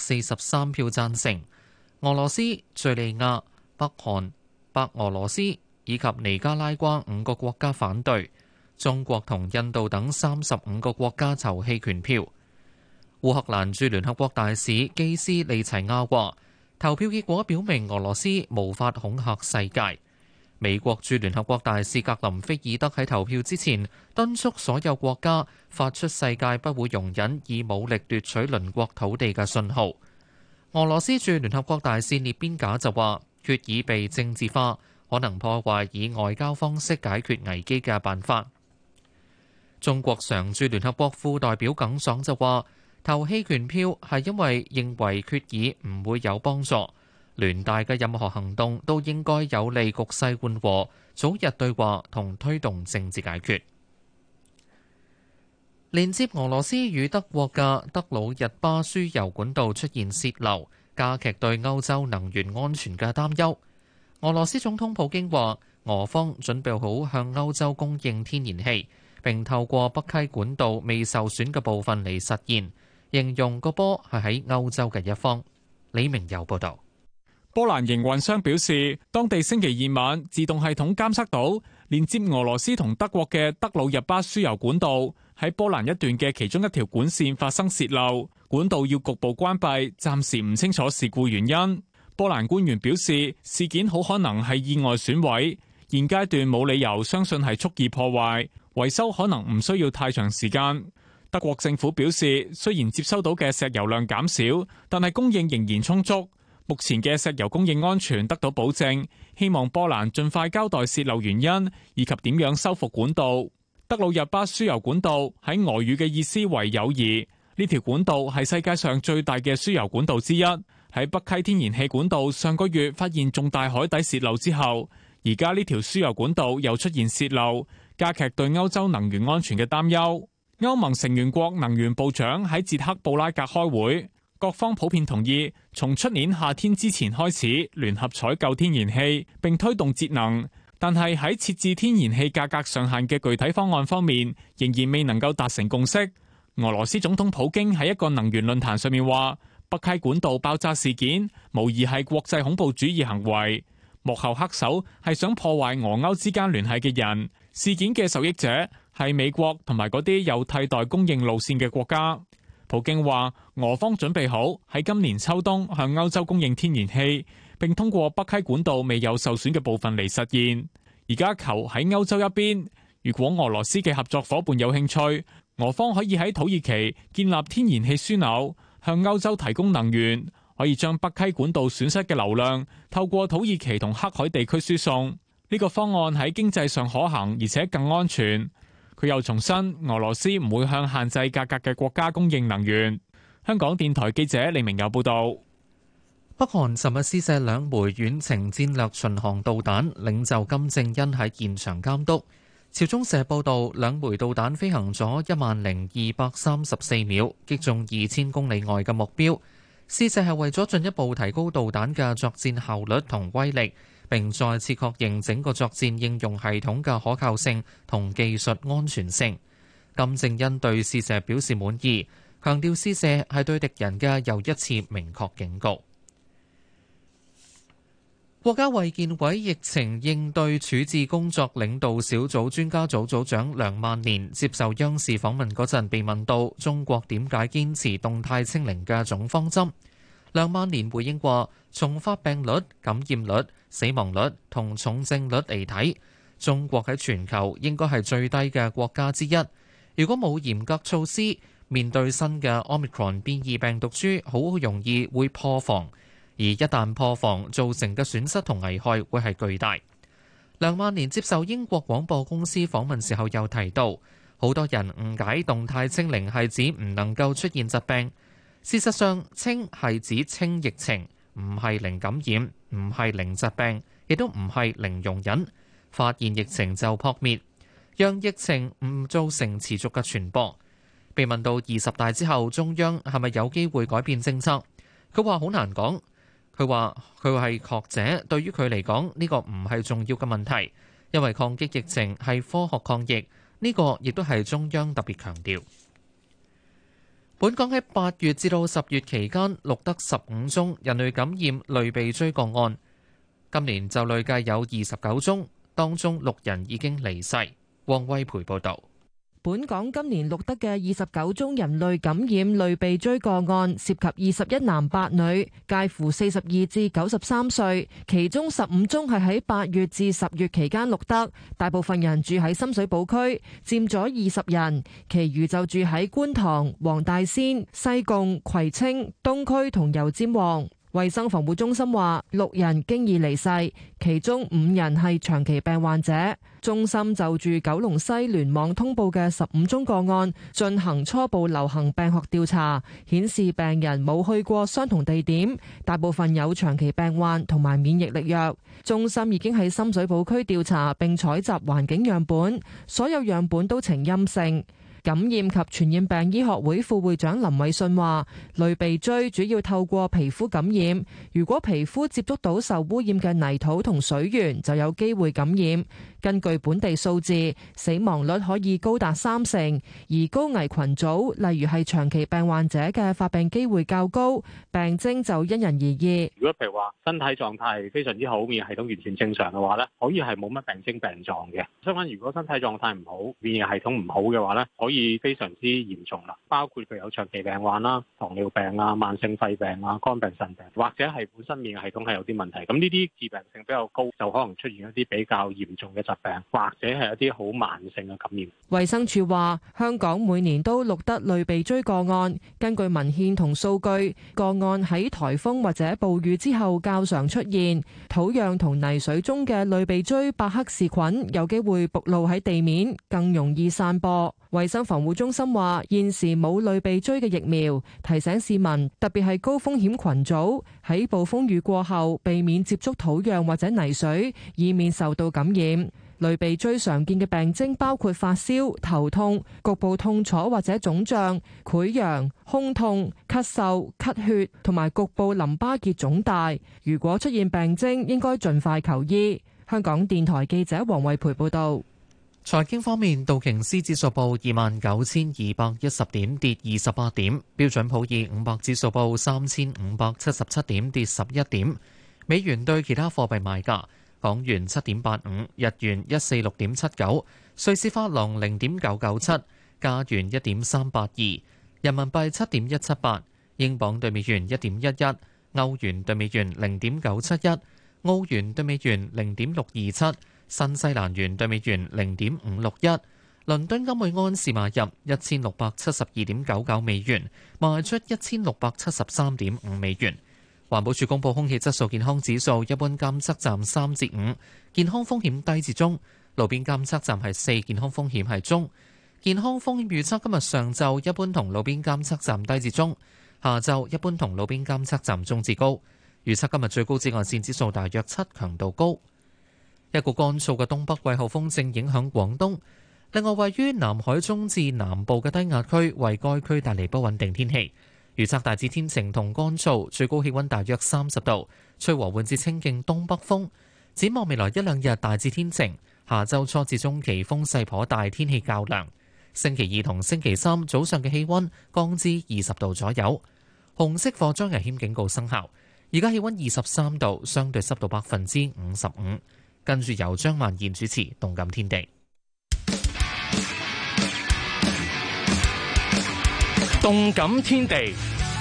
143票贊成，俄羅斯、敘利亞、北韓、白俄羅斯以及尼加拉瓜5個國家反對，中國同印度等35個國家投棄權票。烏克蘭駐聯合國大使基斯利齊亞話，投票結果表明俄羅斯無法恐嚇世界。美國駐聯合國大使格林菲爾德喺投票之前敦促所有國家發出世界不會容忍以武力奪取鄰國土地嘅信號。俄羅斯駐聯合國大使涅邊賈就話，決議被政治化，可能破壞以外交方式解決危機嘅辦法。中國常駐聯合國副代表耿爽就話，投棄權票係因為認為決議唔會有幫助，聯大嘅任何行動都應該有利局勢緩和、早日對話同推動政治解決。連接俄羅斯與德國嘅德魯日巴輸油管道出現洩漏，加劇對歐洲能源安全嘅擔憂。俄羅斯總統普京話，俄方準備好向歐洲供應天然氣，並透過北溪管道未受損嘅部分嚟實現。形容個波係喺歐洲嘅一方。李明友報道，
波蘭營運商表示，當地星期二晚自動系統監測到連接俄羅斯同德國嘅德魯日巴輸油管道喺波蘭一段嘅其中一條管線發生洩漏，管道要局部關閉，暫時唔清楚事故原因。波蘭官員表示，事件好可能係意外損毀，現階段冇理由相信係蓄意破壞，維修可能唔需要太長時間。 德國政府表示，雖然接收到嘅石油量減少，但係供應仍然充足。目前嘅石油供應安全得到保證，希望波蘭盡快交代洩漏原因以及點樣修復管道。德魯日巴輸油管道喺俄語嘅意思為友誼，呢條管道係世界上最大嘅輸油管道之一。喺北溪天然氣管道上個月發現重大海底洩漏之後，而家呢條輸油管道又出現洩漏，加劇對歐洲能源安全嘅擔憂。歐盟成員國能源部長喺捷克布拉格開會，各方普遍同意從出年夏天之前開始聯合採購天然氣，並推動節能。但係喺設置天然氣價格上限嘅具體方案方面，仍然未能夠達成共識。俄羅斯總統普京喺一個能源論壇上面話，北溪管道爆炸事件無疑係國際恐怖主義行為，幕後黑手係想破壞俄歐之間聯繫嘅人。事件嘅受益者係美國同埋嗰啲有替代供應路線嘅國家。普京話，俄方準備好喺今年秋冬向歐洲供應天然氣，並通過北溪管道未有受損嘅部分嚟實現。而家球喺歐洲一邊，如果俄羅斯嘅合作夥伴有興趣，俄方可以喺土耳其建立天然氣樞紐，向歐洲提供能源，可以將北溪管道損失嘅流量透過土耳其同黑海地區輸送。呢個方案喺經濟上可行，而且更安全。佢又重申，俄羅斯唔會向限制價格嘅國家供應能源。香港電台記者李明友報道。
北韓尋日試射2枚遠程戰略巡航導彈，領袖金正恩喺現場監督。朝中社報道，2枚導彈飛行咗10234秒，擊中2000公里外嘅目標。試射係為咗進一步提高導彈嘅作戰效率同威力，並再次確認整個作戰應用系統嘅可靠性同技術安全性。金正恩對試射表示滿意，強調試射係對敵人嘅又一次明確警告。國家衛健委疫情應對處置工作領導小組專家組組長梁萬年接受央視訪問嗰陣，被問到中國點解堅持動態清零嘅總方針。梁萬年回應話，從發病率、感染率、死亡率同重症率嚟睇，中國喺全球應該係最低嘅國家之一。如果冇嚴格措施，面對新嘅 Omicron 變異病毒株，好容易會破防。而一旦破防，造成嘅損失同危害會係巨大。梁萬年接受英國廣播公司訪問時候又提到，好多人誤解動態清零係指唔能夠出現疾病，事實上清係指清疫情，唔係零感染，唔係零疾病，亦都唔係零容忍。發現疫情就撲滅，讓疫情唔造成持續嘅傳播。被問到20大之後中央係咪有機會改變政策，佢話好難講。佢話佢係學者，對於佢嚟講呢個唔係重要嘅問題，因為抗擊疫情係科學抗疫，呢個亦都係中央特別強調。本港喺8月至到10月期間錄得15宗人類感染類鼻疽個案，今年就累計有29宗，當中6人已經離世。汪威培報導。
本港今年錄得嘅29宗人類感染類鼻疽個案，涉及21男8女，介乎42至93歲，其中15宗係喺8月至10月期間錄得，大部分人住喺深水埗區，佔咗20人，其餘就住喺觀塘、黃大仙、西貢、葵青、東區同油尖旺。衛生防護中心話，6人經已離世，其中5人係長期病患者。中心就住九龍西聯網通報嘅15宗個案進行初步流行病學調查，顯示病人冇去過相同地點，大部分有長期病患同埋免疫力弱。中心已經喺深水埗區調查並採集環境樣本，所有樣本都呈陰性。感染及傳染病醫學會副會長林偉信話，類鼻疽主要透過皮膚感染，如果皮膚接觸到受污染嘅泥土同水源，就有機會感染。根據本地數字，死亡率可以高達30%，而高危群組，例如係長期病患者嘅發病機會較高，病徵就因人而異。
如果譬如話身體狀態非常之好，免疫系統完全正常嘅話咧，可以係冇乜病徵病狀嘅。相反，如果身體狀態唔好，免疫系統唔好嘅話咧，可以非常之嚴重啦，包括佢有長期病患啦、糖尿病啊、慢性肺病啊、肝病、腎病，或者係本身免疫系統係有啲問題。咁呢啲致病性比較高，就可能出現一啲比較嚴重嘅疾病，或者係一啲好慢性嘅感染。
衛生署話，香港每年都錄得類鼻疽個案，根據文獻同數據，個案喺颱風或者暴雨之後較常出現，土壤同泥水中嘅類鼻疽伯克氏菌有機會暴露喺地面，更容易散播。衛生防護中心話，現時冇類鼻疽嘅疫苗，提醒市民，特別係高風險群組，喺暴風雨過後避免接觸土壤或者泥水，以免受到感染。類鼻疽常見嘅病徵包括發燒、頭痛、局部痛楚或者腫脹、潰瘍、胸痛、咳嗽、咳血同埋局部淋巴結腫大。如果出現病徵，應該盡快求醫。香港電台記者黃慧培報道。
財經方面，道瓊斯指數報29,210點，跌28點；標準普爾500指數報3,577點，跌11點。美元對其他貨幣賣價：港元7.85，日元146.79，瑞士法郎0.997，加元1.382，人民幣7.178，英鎊對美元1.11，歐元對美元0.971，澳元對美元0.627。新西蘭元對美元0.561，倫敦金每安士買入1672.99美元，賣出1673.5美元。環保署公布空氣質素健康指數，一般監測站3至5，健康風險低至中；路邊監測站係4，健康風險係中。健康風險預測今日上晝一般同路邊監測站低至中，下晝一般同路邊監測站中至高。預測今日最高紫外線指數大約7，強度高。一股乾燥嘅東北季候風正影響廣東，另外位於南海中至南部嘅低壓區為該區帶嚟不穩定天氣。預測大致天晴同乾燥，最高氣溫大約30度，吹和緩至清勁東北風。展望未來一兩日大致天晴，下週初至中期風勢頗大，天氣較涼。星期2同星期3早上嘅氣溫降至20度左右。紅色火災危險警告生效。而家氣溫23度，相對濕度55%。跟住由張曼燕主持《動感天地》。
動感天地。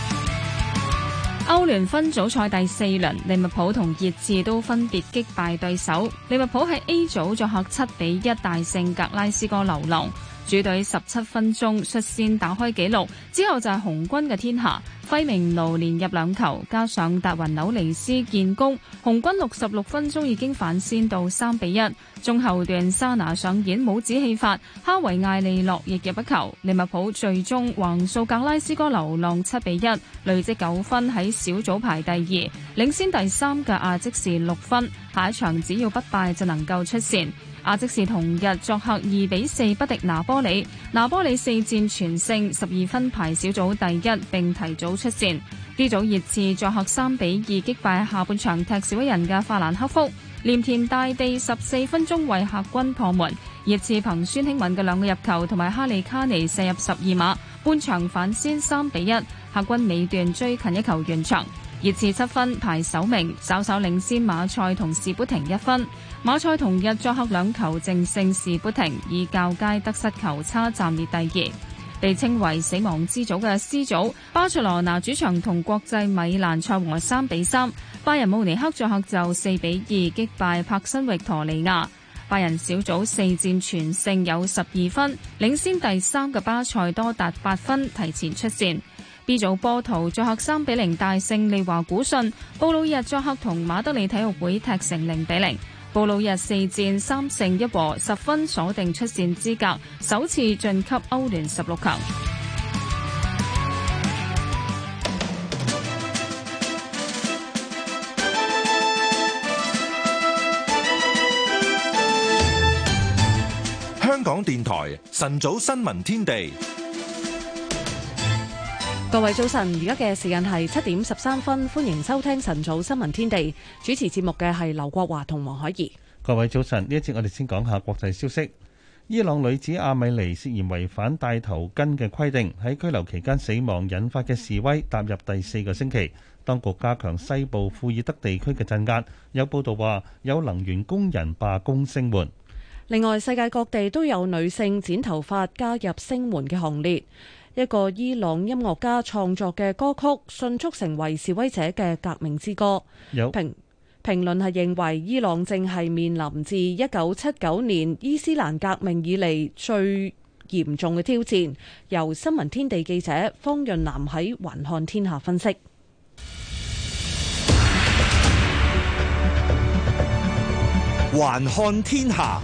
歐聯分組賽第4輪，利物浦同熱刺都分別擊敗對手。利物浦喺 A 組作客7-1大勝格拉斯哥流浪。主隊17分鐘率先打開紀錄，之後就係紅軍嘅天下。費明奴連入2球，加上達雲紐尼斯建功，紅軍66分鐘已經反先到3-1。中後段沙拿上演帽子戲法，哈維艾利諾亦入1球，利物浦最終橫掃格拉斯哥流浪7-1，累積9分喺小組排第2，領先第3嘅阿積士6分，下一場只要不敗就能夠出線。阿積士同日作客2-4不敵拿波里，拿波里4戰全勝，12分排小組第1，並提早出線。D 組熱刺作客3-2擊敗下半場踢少一人嘅法蘭克福，廉田大地14分鐘為客軍破門，熱刺憑孫興敏嘅2個入球同埋哈利卡尼射入12碼，半場反先3-1，客軍尾段追近1球完場。熱刺7分排首名，稍稍領先馬賽同士砵亭1分。馬賽同日作客2球淨勝士砵亭，以較佳得失球差暫列第2。被稱為死亡之組嘅 C 組，巴塞羅那主場同國際米蘭賽和3-3，拜仁慕尼黑作客就4-2擊敗柏辛域陀利亞。拜仁小組4戰全勝有12分，領先第3嘅巴塞多達8分，提前出線。B 組波圖作客3-0大勝利華古遜，布魯日作客同馬德里體育會踢成0-0。布魯日4戰3勝1和，10分鎖定出線資格，首次晉級歐聯16強。
香港電台晨早新聞天地。
各位早晨，而家嘅時間係7:13，歡迎收聽晨早新聞天地。主持節目嘅係劉國華同黃海怡。
各位早晨，呢一節我哋先講下國際消息。伊朗女子阿米尼涉嫌違反戴頭巾嘅規定，喺拘留期間死亡，引發嘅示威踏入第4個星期。當局加強西部庫爾德地區嘅鎮壓，有報道話有能源工人罷工聲援。
另外，世界各地都有女性剪頭髮加入聲援嘅行列。一個伊朗音樂家創作嘅歌曲，迅速成為示威者嘅革命之歌。評論係認為，伊朗正係面臨自1979年伊斯蘭革命以嚟最嚴重嘅挑戰。由新聞天地記者方潤南喺環看天下分析。
環看天下。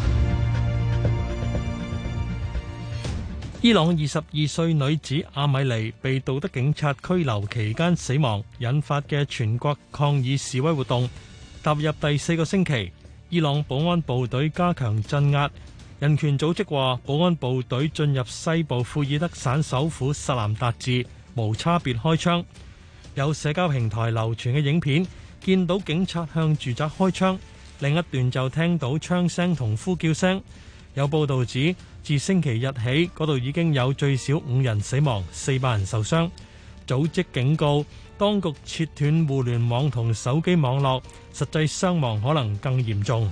伊朗22歲女子阿米尼被道德警察拘留期間死亡，引發嘅全國抗議示威活動踏入第4個星期。伊朗保安部隊加強鎮壓。人權組織話，保安部隊進入西部庫爾德省首府薩南達治，無差別開槍。有社交平台流傳嘅影片，見到警察向住宅開槍，另一段就聽到槍聲同呼叫聲。有報道指，自星期日起，嗰度已經有最少5人死亡，400人受傷。組織警告，當局切斷互聯網同手機網絡，實際傷亡可能更嚴重。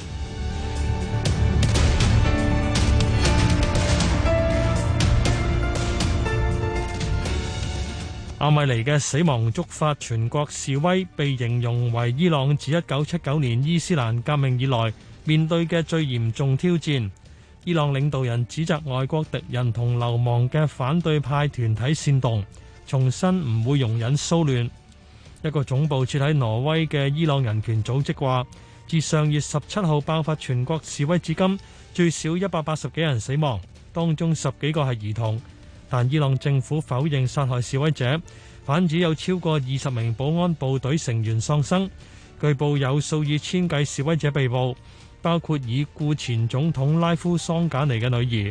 阿米尼嘅死亡觸發全國示威，被形容為伊朗自1979年伊斯蘭革命以來面對嘅最嚴重挑戰。伊朗領導人指責外國敵人同流亡嘅反對派團體煽動，重申唔會容忍騷亂。一個總部設喺挪威嘅伊朗人權組織話，自上月17號爆發全國示威至今，最少180幾人死亡，當中10幾個係兒童。但伊朗政府否認殺害示威者，反指有超過20名保安部隊成員喪生。據報有數以千計示威者被捕，包括已故前總統拉夫桑賈尼嘅女兒。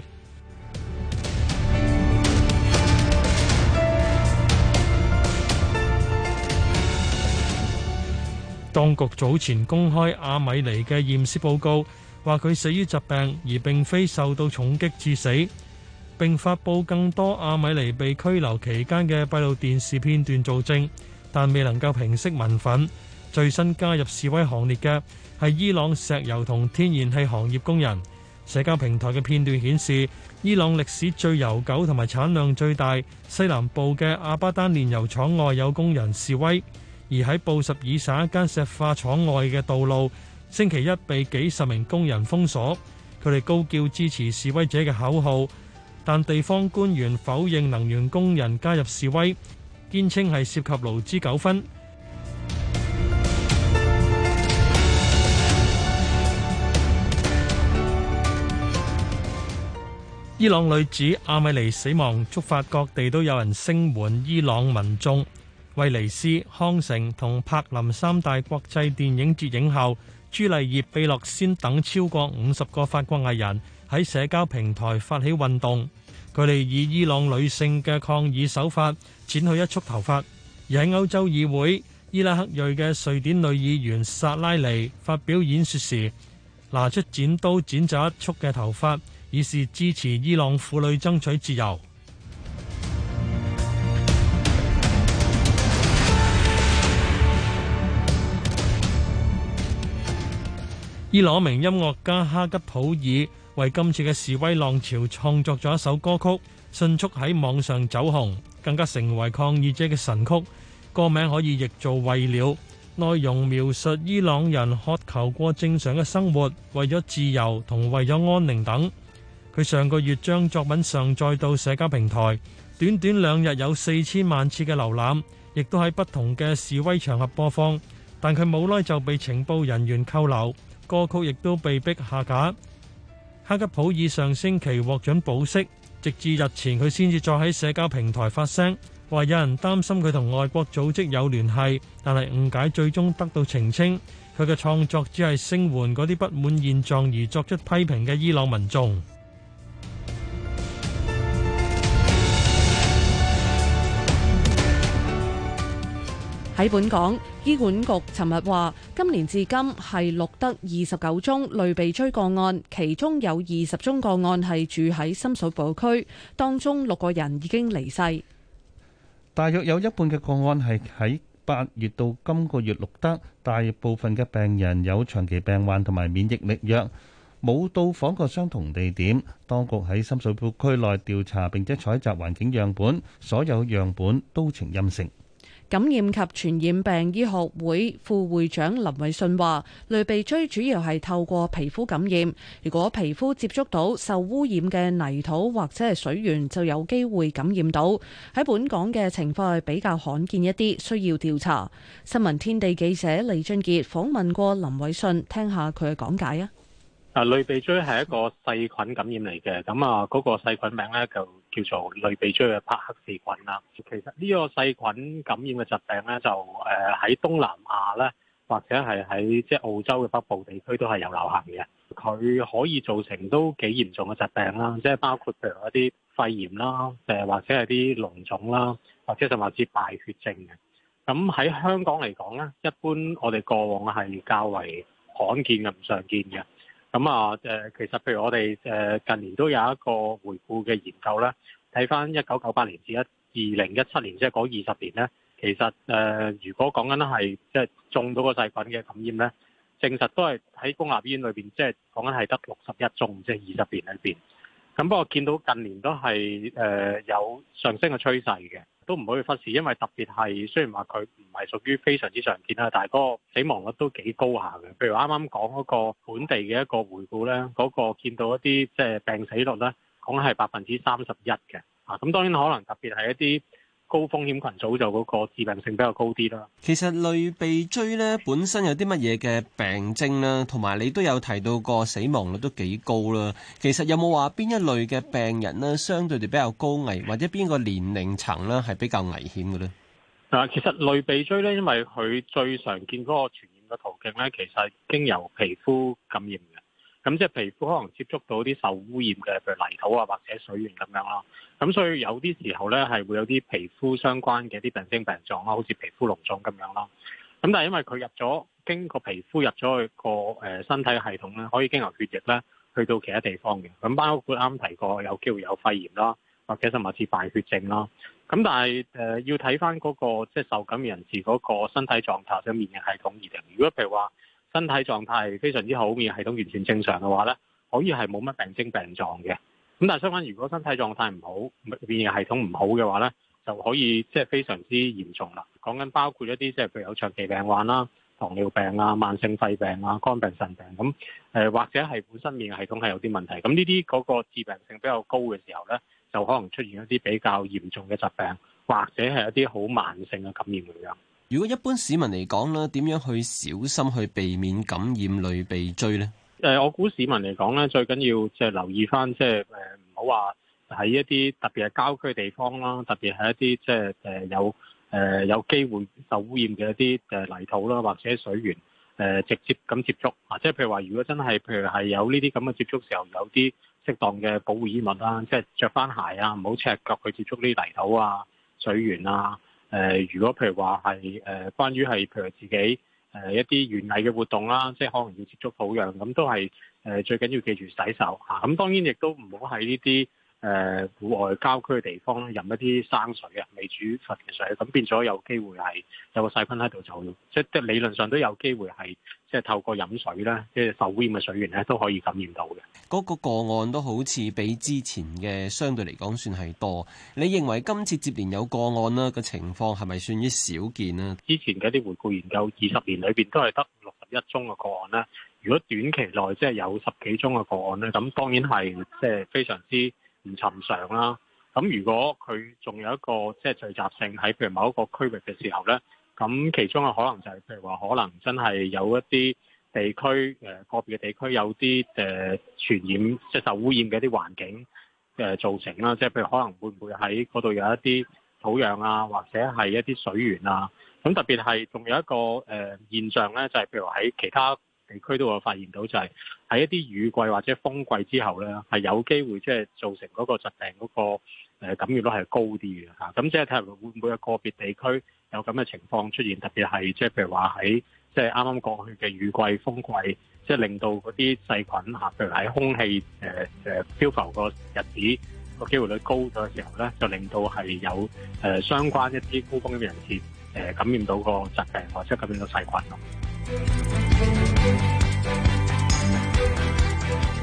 當局早前公開阿米尼嘅驗屍報告，話佢死於疾病，而並非受到重擊致死。並發布更多阿米尼被拘留期間嘅閉路電視片段做證，但未能夠平息民憤。最新加入示威行列嘅係伊朗石油同天然氣行業工人。社交平台嘅片段顯示，伊朗歷史最悠久同埋產量最大西南部嘅阿巴丹煉油廠外有工人示威，而喺布什爾省一間石化廠外嘅道路，星期一被幾十名工人封鎖，佢哋高叫支持示威者嘅口號。但地方官員否認能源工人加入示威，堅稱係涉及勞資糾紛。伊朗女子阿米尼死亡，觸發各地都有人聲援伊朗民眾。威尼斯、康城同柏林3大國際電影節影后朱麗葉·貝洛仙等超過50個法國藝人喺社交平台發起運動，佢哋以伊朗女性嘅抗議手法剪去一束頭髮。而喺歐洲議會，伊拉克裔嘅瑞典女議員薩拉尼發表演說時，拿出剪刀剪走一束嘅頭髮，以示支持伊朗婦女爭取自由。伊朗一名音樂家哈吉普爾為今次嘅示威浪潮創作咗一首歌曲，迅速喺網上走紅，更加成為抗議者嘅神曲。歌名可以譯做《為了》，內容描述伊朗人渴求過正常嘅生活，為咗自由同為咗安寧等。佢上個月將作品上載到社交平台，短短2日有4000萬次嘅瀏覽，亦都喺不同嘅示威場合播放。但佢冇耐就被情報人員扣留，歌曲亦都被逼下架。哈吉普爾上星期獲准保釋，直至日前佢先至再喺社交平台發聲，話有人擔心佢同外國組織有聯繫，但係誤解最終得到澄清。佢嘅創作只係聲援嗰啲不滿現狀而作出批評嘅伊朗民眾。
喺本港，醫管局尋日話，今年至今係錄得29宗類鼻疽個案，其中有20宗個案係住喺深水埗區，當中6個人已經離世。
大約有一半嘅個案係喺8月到今個月錄得，大部分嘅病人有長期病患同埋免疫力弱， 冇到訪過相同地點。當局喺深水埗區內調查並且採集環境樣本，所有樣本都呈陰性。
感染及傳染病醫學會副會長林偉信話，類鼻疽主要係透過皮膚感染，如果皮膚接觸到受污染嘅泥土或者係水源，就有機會感染到。喺本港嘅情況係比較罕見一啲，需要調查。新聞天地記者李俊傑訪問過林偉信，聽下佢嘅講解啊。
類鼻疽係一個細菌感染嚟嘅，咁嗰個細菌名咧就叫做類鼻疽嘅帕克氏菌啦。其實呢個細菌感染嘅疾病咧，就喺東南亞咧，或者係喺即係澳洲嘅北部地區都係有流行嘅。佢可以造成都幾嚴重嘅疾病啦，即係包括譬如一啲肺炎啦，或者係啲膿腫啦，或者甚至敗血症嘅。咁喺香港嚟講咧，一般我哋過往係較為罕見嘅，唔常見嘅。咁其實譬如我哋近年都有一個回顧嘅研究咧，睇翻1998年至2017年，即係嗰20年咧，其實如果講緊係即係中到個細菌嘅感染咧，證實都係喺公立醫院裏邊，即係講緊係得61宗，即係20年裏邊。咁不過見到近年都係有上升嘅趨勢嘅，都唔可以忽視，因為特別係雖然話佢唔係屬於非常之常見啦，但係嗰個死亡率都幾高下嘅。譬如啱啱講嗰個本地嘅一個回顧咧，嗰個見到一啲即係病死率咧，講係31%嘅。咁當然可能特別係一啲高風險群組就嗰個致病性比較高啲啦。
其實類鼻疽咧本身有啲乜嘢嘅病徵啦，同埋你都有提到個死亡率都幾高啦。其實有冇話邊一類嘅病人咧相對地比較高危，或者邊個年齡層咧係比較危險嘅咧？
其實類鼻疽咧，因為佢最常見嗰個傳染嘅途徑咧，其實係經由皮膚感染嘅。咁即係皮膚可能接觸到啲受污染嘅，譬如泥土啊或者水源咁樣啦。咁所以有啲時候咧係會有啲皮膚相關嘅啲病徵病狀啦，好似皮膚膿腫咁樣啦。咁但係因為佢經過皮膚入咗去個身體系統咧，可以經由血液咧去到其他地方嘅。咁包括啱提過有機會有肺炎啦，或者甚至敗血症啦。咁但係要睇翻嗰個即係受感染人士嗰個身體狀態或者免疫系統而定。如果譬如話身體狀態非常之好，免疫系統完全正常嘅話咧，可以係冇乜病徵病狀嘅。咁但係相反，如果身體狀態唔好，免疫系統唔好嘅話咧，就可以即係非常之嚴重啦。講緊包括一啲即係譬如有長期病患啦、糖尿病啊、慢性肺病啊、肝病腎病咁，或者係本身免疫系統係有啲問題。咁呢啲嗰個致病性比較高嘅時候咧，就可能出現一啲比較嚴重嘅疾病，或者係一啲好慢性嘅感染咁樣。
如果一般市民嚟講咧，點樣去小心去避免感染類鼻疽咧？
我估市民嚟講咧，最緊要即係留意翻，即係唔好話喺一啲特別係郊區地方啦，特別係一啲即係有機會受污染嘅一啲泥土啦，或者水源直接咁接觸啊。即係譬如話，如果真係譬如係有呢啲咁嘅接觸時候，有啲適當嘅保護衣物啦，即係着翻鞋啊，唔好赤腳去接觸呢啲泥土啊、水源啊。如果譬如話係關於係譬如自己一啲園藝嘅活動啦，即係可能要接觸土壤，咁都係最緊要記住洗手嚇。咁當然亦都唔好喺呢啲戶外郊區嘅地方飲一啲生水啊、未煮沸嘅水，咁變咗有機會係有個細菌喺度就，即係理論上都有機會係即係透過飲水咧，即係受污染嘅水源咧都可以感染到嘅。
嗰個個案都好似比之前嘅相對嚟講算係多。你認為今次接連有個案啦嘅情況係咪算於少見啊？
之前嘅一啲回顧研究20年裏邊都係得61宗嘅個案啦。如果短期內即係有10幾宗嘅個案咧，咁當然係即係非常之唔尋常啦。咁如果佢仲有一個即係聚集性喺譬如某一個區域嘅時候咧，咁其中嘅可能就係譬如話可能真係有一啲地區個別嘅地區有啲傳染即係受污染嘅一啲環境造成啦，即係譬如可能會唔會喺嗰度有一啲土壤啊，或者係一啲水源啊。咁特別係仲有一個現象咧，就係譬如喺其他地區都會發現到，就係喺一啲雨季或者風季之後咧，係有機會即係造成嗰個疾病嗰個感染率係高啲嘅嚇。咁即係睇下會唔會有個別地區有咁嘅情況出現，特別係即係譬如話喺即係啱啱過去嘅雨季、風季，即係令到嗰啲細菌嚇，譬如喺空氣漂浮個日子個機會率高咗嘅時候咧，就令到係有相關一啲高風險人士感染到個疾病或者感染到細菌咯。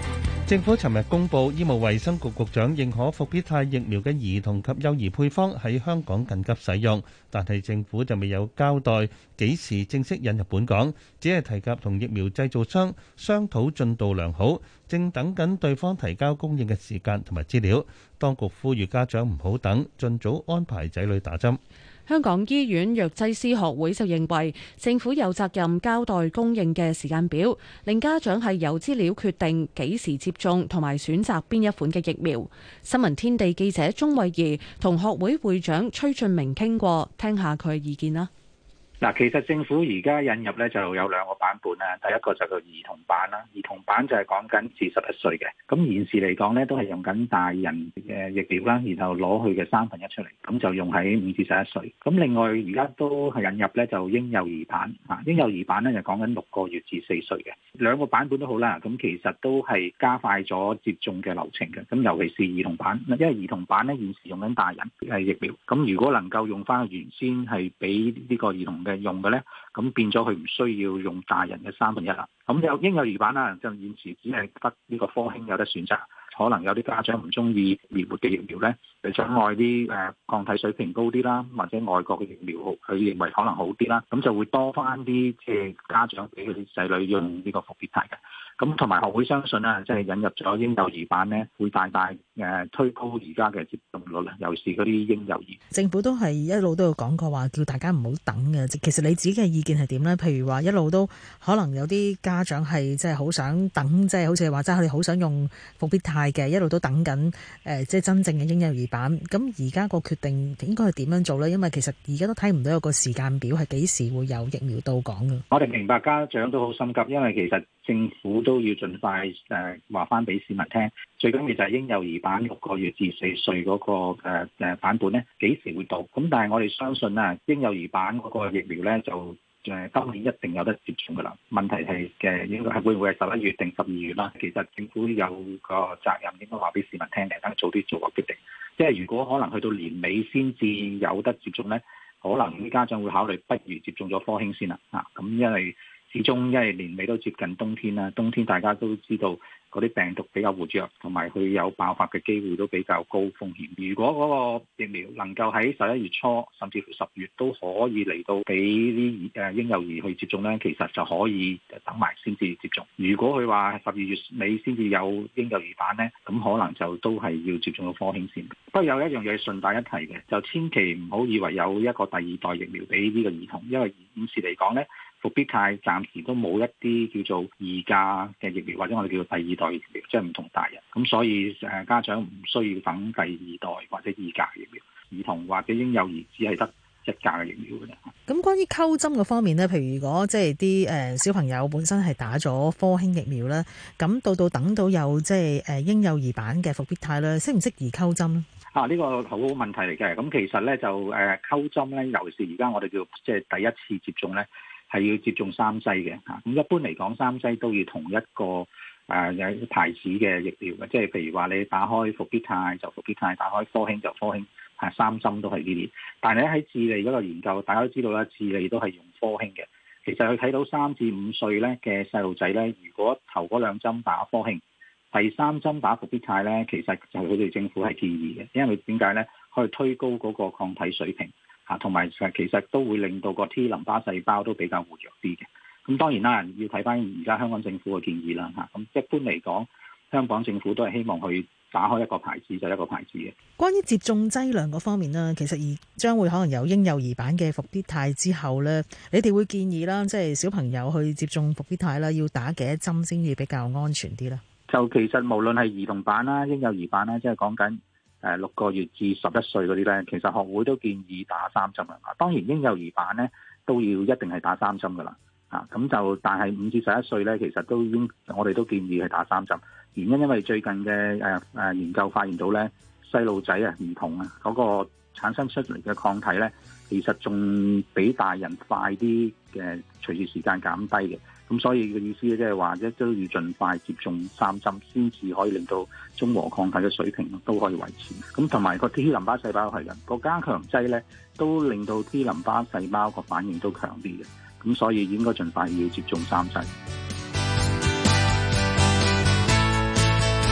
政府尋日公布，醫務衛生局局長認可復必泰疫苗嘅兒童及幼兒配方喺香港緊急使用，但係政府就未有交代幾時正式引入本港，只係提及同疫苗製造商商討進度良好，正等緊對方提交供應嘅時間同埋資料。當局呼籲家長唔好等，盡早安排仔女打針。
香港醫院藥劑師學會就認為，政府有責任交代供應嘅時間表，令家長係有資料決定幾時接種同埋選擇邊一款嘅疫苗。新聞天地記者鍾慧儀同學會會長崔俊明傾過，聽下佢嘅意見啦。
嗱，其實政府而家引入咧就有兩個版本啦，第一個就叫兒童版啦，兒童版就係講緊至11歲嘅，咁現時嚟講咧都係用緊大人嘅疫苗啦，然後攞佢嘅1/3出嚟，咁就用喺5至11歲。咁另外而家都係引入咧就嬰幼兒版，嬰幼兒版咧就講緊6個月至4歲嘅，兩個版本都好啦。咁其實都係加快咗接種嘅流程嘅，咁尤其是兒童版，因為兒童版咧現時用緊大人疫苗，咁如果能夠用翻原先係俾呢個兒童嘅用嘅咧，咁變咗佢唔需要用大人嘅1/3啦。咁有嬰幼兒版啦，就現時只係得呢個科興有得選擇。可能有啲家長唔中意滅活嘅疫苗咧，佢想愛啲抗體水平高啲啦，或者外國嘅疫苗佢認為可能好啲啦，咁就會多翻啲即係家長俾佢啲仔女用呢個復必泰嘅。咁同埋學會相信啦，即係引入咗嬰幼兒版咧，會大大推高而家嘅接種率啦，尤其是嗰啲嬰幼兒。
政府都係一路都有講過話，叫大家唔好等嘅。其實你自己嘅意見係點咧？譬如話一路都可能有啲家長係即係好想等，即係好似話齋佢哋好想用復必泰嘅，一路都等緊即係真正嘅嬰幼兒版。咁而家個決定應該係點樣做咧？因為其實而家都睇唔到有個時間表係幾時會有疫苗到港嘅。
我哋明白家長都好心急，因為其實政府都要盡快話翻俾市民聽，最緊要就係嬰幼兒版6個月至4歲嗰個版本咧幾時會到？咁但係我哋相信啊，嬰幼兒版嗰個疫苗咧就今年一定有得接種噶啦。問題係應該係會唔會係11月定12月啦？其實政府有個責任應該話俾市民聽嘅，等早啲做個決定。即係如果可能去到年尾先至有得接種咧，可能啲家長會考慮不如接種咗科興先啦。咁因為始終因為年尾都接近冬天啦，冬天大家都知道嗰啲病毒比較活躍，同埋佢有爆發嘅機會都比較高風險。如果嗰個疫苗能夠喺11月初甚至乎10月都可以嚟到俾啲嬰幼兒去接種咧，其實就可以等埋先至接種。如果佢話12月尾先至有嬰幼兒版咧，咁可能就都係要接種到科興先。不過有一樣嘢順帶一提嘅，就千祈唔好以為有一個第二代疫苗俾呢個兒童，因為現時嚟講咧，復必泰暫時都冇一啲叫做二價嘅疫苗，或者我哋叫做第二代疫苗，即係唔同大人。咁所以家長唔需要等第二代或者二價疫苗，兒童或者嬰幼兒只係得一價嘅疫苗嘅啫。
咁關於溝針嘅方面呢，譬如如果即係啲小朋友本身係打咗科興疫苗咧，咁到等到有即係嬰幼兒版嘅復必泰咧，適唔適宜溝針咧？
呢個好好問題嚟嘅。咁其實咧就溝針咧，尤其是而家我哋叫即係第一次接種咧，係要接種3劑嘅嚇。咁一般嚟講，3劑都要同一個有牌子嘅疫苗嘅，即係譬如話你打開復必泰就復必泰，打開科興就科興，3針都係呢啲。但係咧喺智利嗰個研究，大家都知道啦，智利都係用科興嘅。其實佢睇到3至5歲咧嘅細路仔咧，如果頭嗰2針打科興，第3針打復必泰咧，其實就係佢哋政府係建議嘅，因為點解咧？可以推高嗰個抗體水平嚇，同埋其實都會令到個 T 淋巴細胞都比較活躍啲嘅。咁當然啦，要睇翻而家香港政府嘅建議啦嚇。咁一般嚟講，香港政府都係希望去打開一個牌子就一個牌子嘅。
關於接種劑量嗰方面呢，其實而將會可能有嬰幼兒版嘅復必泰之後呢，你哋會建議啦，即係小朋友去接種復必泰啦，要打幾多針先至比較安全啲呢？
就其實無論係兒童版啦、嬰幼兒版啦，即係講緊6個月至11歲嗰啲咧，其實學會都建議打3針啊。當然嬰幼兒版咧都要一定係打3針噶啦。咁就但係5至11歲咧，其實都已經我哋都建議係打3針。原因因為最近嘅研究發現到咧，細路仔兒童嗰個產生出嚟嘅抗體咧，其實仲比大人快啲嘅，隨住時間減低嘅。咁所以嘅意思即係話，一都要盡快接種3針，先至可以令到中和抗體嘅水平都可以維持。咁同埋個 T 淋巴細胞係人個加強劑咧，都令到 T 淋巴細胞個反應都強啲嘅。咁所以應該盡快要接種3劑。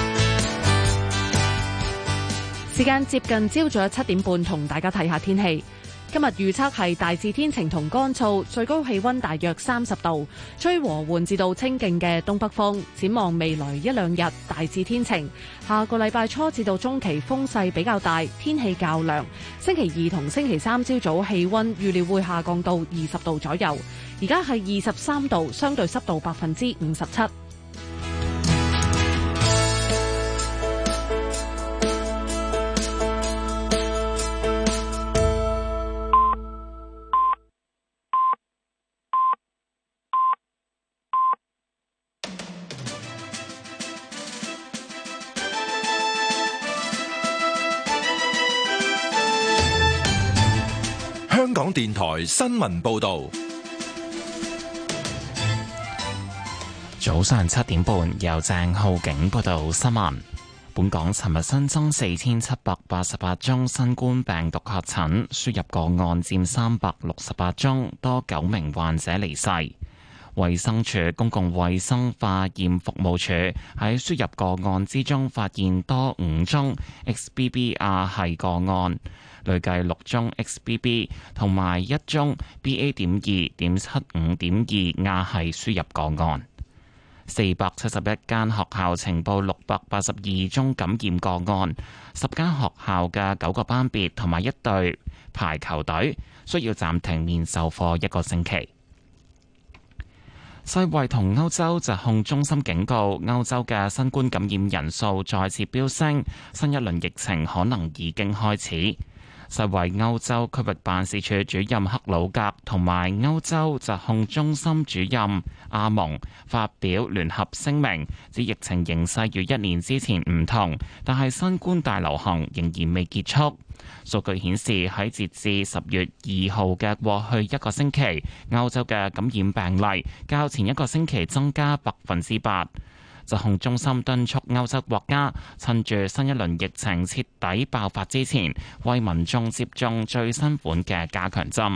時間接近朝早7點半，同大家睇下天氣。今日預測係大致天晴同乾燥，最高氣溫大約30度，吹和緩至到清勁嘅東北風。展望未來一兩日大致天晴，下個禮拜初至到中期風勢比較大，天氣較涼。星期二同星期三朝早氣溫預料會下降到20度左右。而家係23度，相對濕度57%。
香港電台新聞報道，
早上7點半由鄭浩景報道新聞。本港尋日新增4788宗新冠病毒確診，輸入個案佔368宗，多9名患者離世。衛生署公共衛生化驗服務處喺輸入個案之中發現多5宗 XBB 亞系個案，累計6宗 XBB 同埋1宗 BA.2.75.2 亞系輸入個案。471間學校呈報682宗感染個案，10間學校嘅9個班別同埋1隊排球隊需要暫停面授課1個星期。世衛同歐洲疾控中心警告，歐洲嘅新冠感染人數再次飆升，新一輪疫情可能已經開始。世衛歐洲區域辦事處主任克魯格同埋歐洲疾控中心主任阿蒙發表聯合聲明，指疫情形勢與1年之前唔同，但係新冠大流行仍然未結束。數據顯示，喺截至10月2號嘅過去1個星期，歐洲嘅感染病例較前1個星期增加8%。疾控中心敦促歐洲國家趁住新一輪疫情徹底爆發之前，為民眾接種最新款嘅加強針。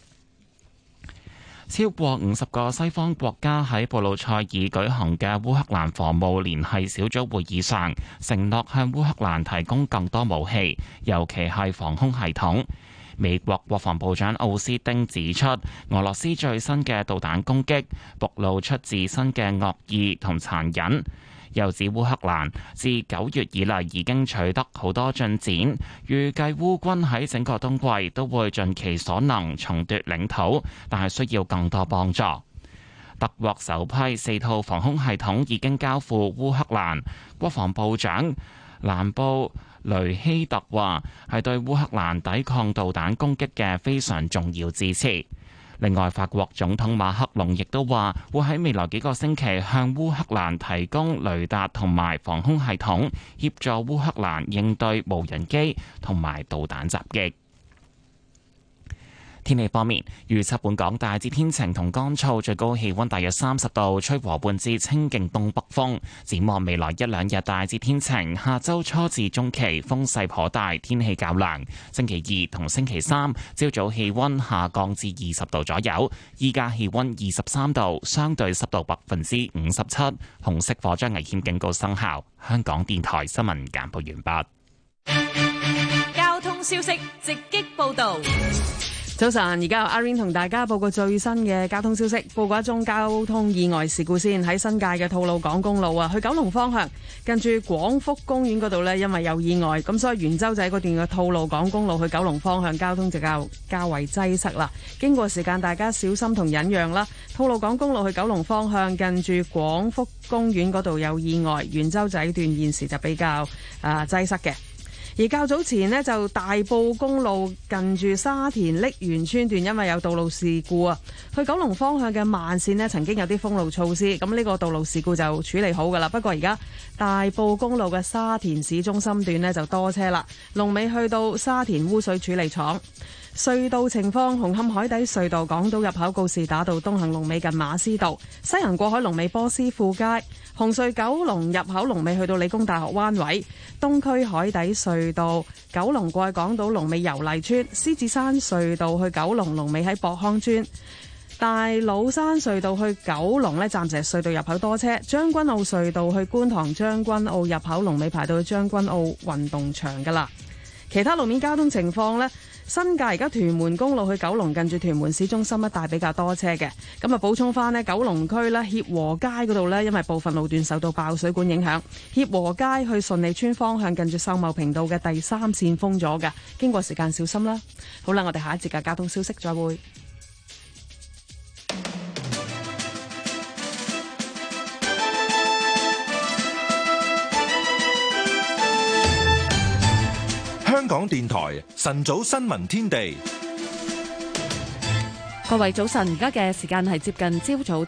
超過50個西方國家喺布魯塞爾舉行嘅烏克蘭防務聯繫小組會議上，承諾向烏克蘭提供更多武器，尤其係防空系統。美國國防部長奧斯汀指出，俄羅斯最新嘅導彈攻擊暴露出自身嘅惡意同殘忍，又指烏克蘭自9月以嚟已經取得好多進展，預計烏軍喺整個冬季都會盡其所能重奪領土，但係需要更多幫助。德國首批4套防空系統已經交付烏克蘭，國防部長蘭布雷希特話係對烏克蘭抵抗導彈攻擊嘅非常重要支持。另外，法國總統馬克龍亦都話會喺未來幾個星期向烏克蘭提供雷達同埋防空系統，協助烏克蘭應對無人機同埋導彈襲擊。天氣方面，預測本港大致天晴同乾燥，最高氣溫大約30度，吹和緩至清勁東北風。展望未來一兩日大致天晴，下周初至中期風勢頗大，天氣較涼。星期二同星期三朝早氣溫下降至20度左右，依家氣溫23度，相對濕度57%，紅色火災危險警告生效。香港電台新聞簡報完
畢。交通消息直擊報道。
早晨，而家由阿 Rain 同大家報告最新嘅交通消息。報告一宗交通意外事故先，喺新界嘅吐露港公路啊，去九龍方向，近住廣福公園嗰度呢，因為有意外，咁所以元洲仔嗰段嘅吐露港公路去九龍方向交通就較為擠塞啦。經過時間，大家小心同忍讓啦。吐露港公路去九龍方向，近住廣福公園嗰度有意外，元洲仔段現時就比較擠塞嘅。而較早前呢，就大埔公路近住沙田瀝源村段，因為有道路事故啊，去九龍方向嘅慢線呢，曾經有啲封路措施，咁呢個道路事故就處理好噶啦。不過而家大埔公路嘅沙田市中心段呢，就多車啦，龍尾去到沙田污水處理廠。隧道情況，紅磡海底隧道港島入口告士打道東行龍尾近馬師道，西行過海龍尾波斯富街。紅隧九龍入口龍尾去到理工大學灣位，東區海底隧道九龍過去港島龍尾油麗邨，獅子山隧道去九龍龍尾喺博康邨。 大老山隧道去九龍呢，暫時係隧道入口多車；將軍澳隧道去觀塘將軍澳入口龍尾排到去將軍澳運動場㗎喇。其他路面交通情況呢，新界而家屯門公路去九龍近住屯門市中心一帶比較多車嘅。咁啊，補充翻呢，九龍區呢協和街嗰度呢，因為部分路段受到爆水管影響，協和街去順利村方向近住秀茂坪道嘅第3線封咗嘅，經過時間小心啦。好啦，我哋下一節嘅交通消息再會。
香港電台晨早新聞天地，
各位早晨，而家嘅時間係接近朝早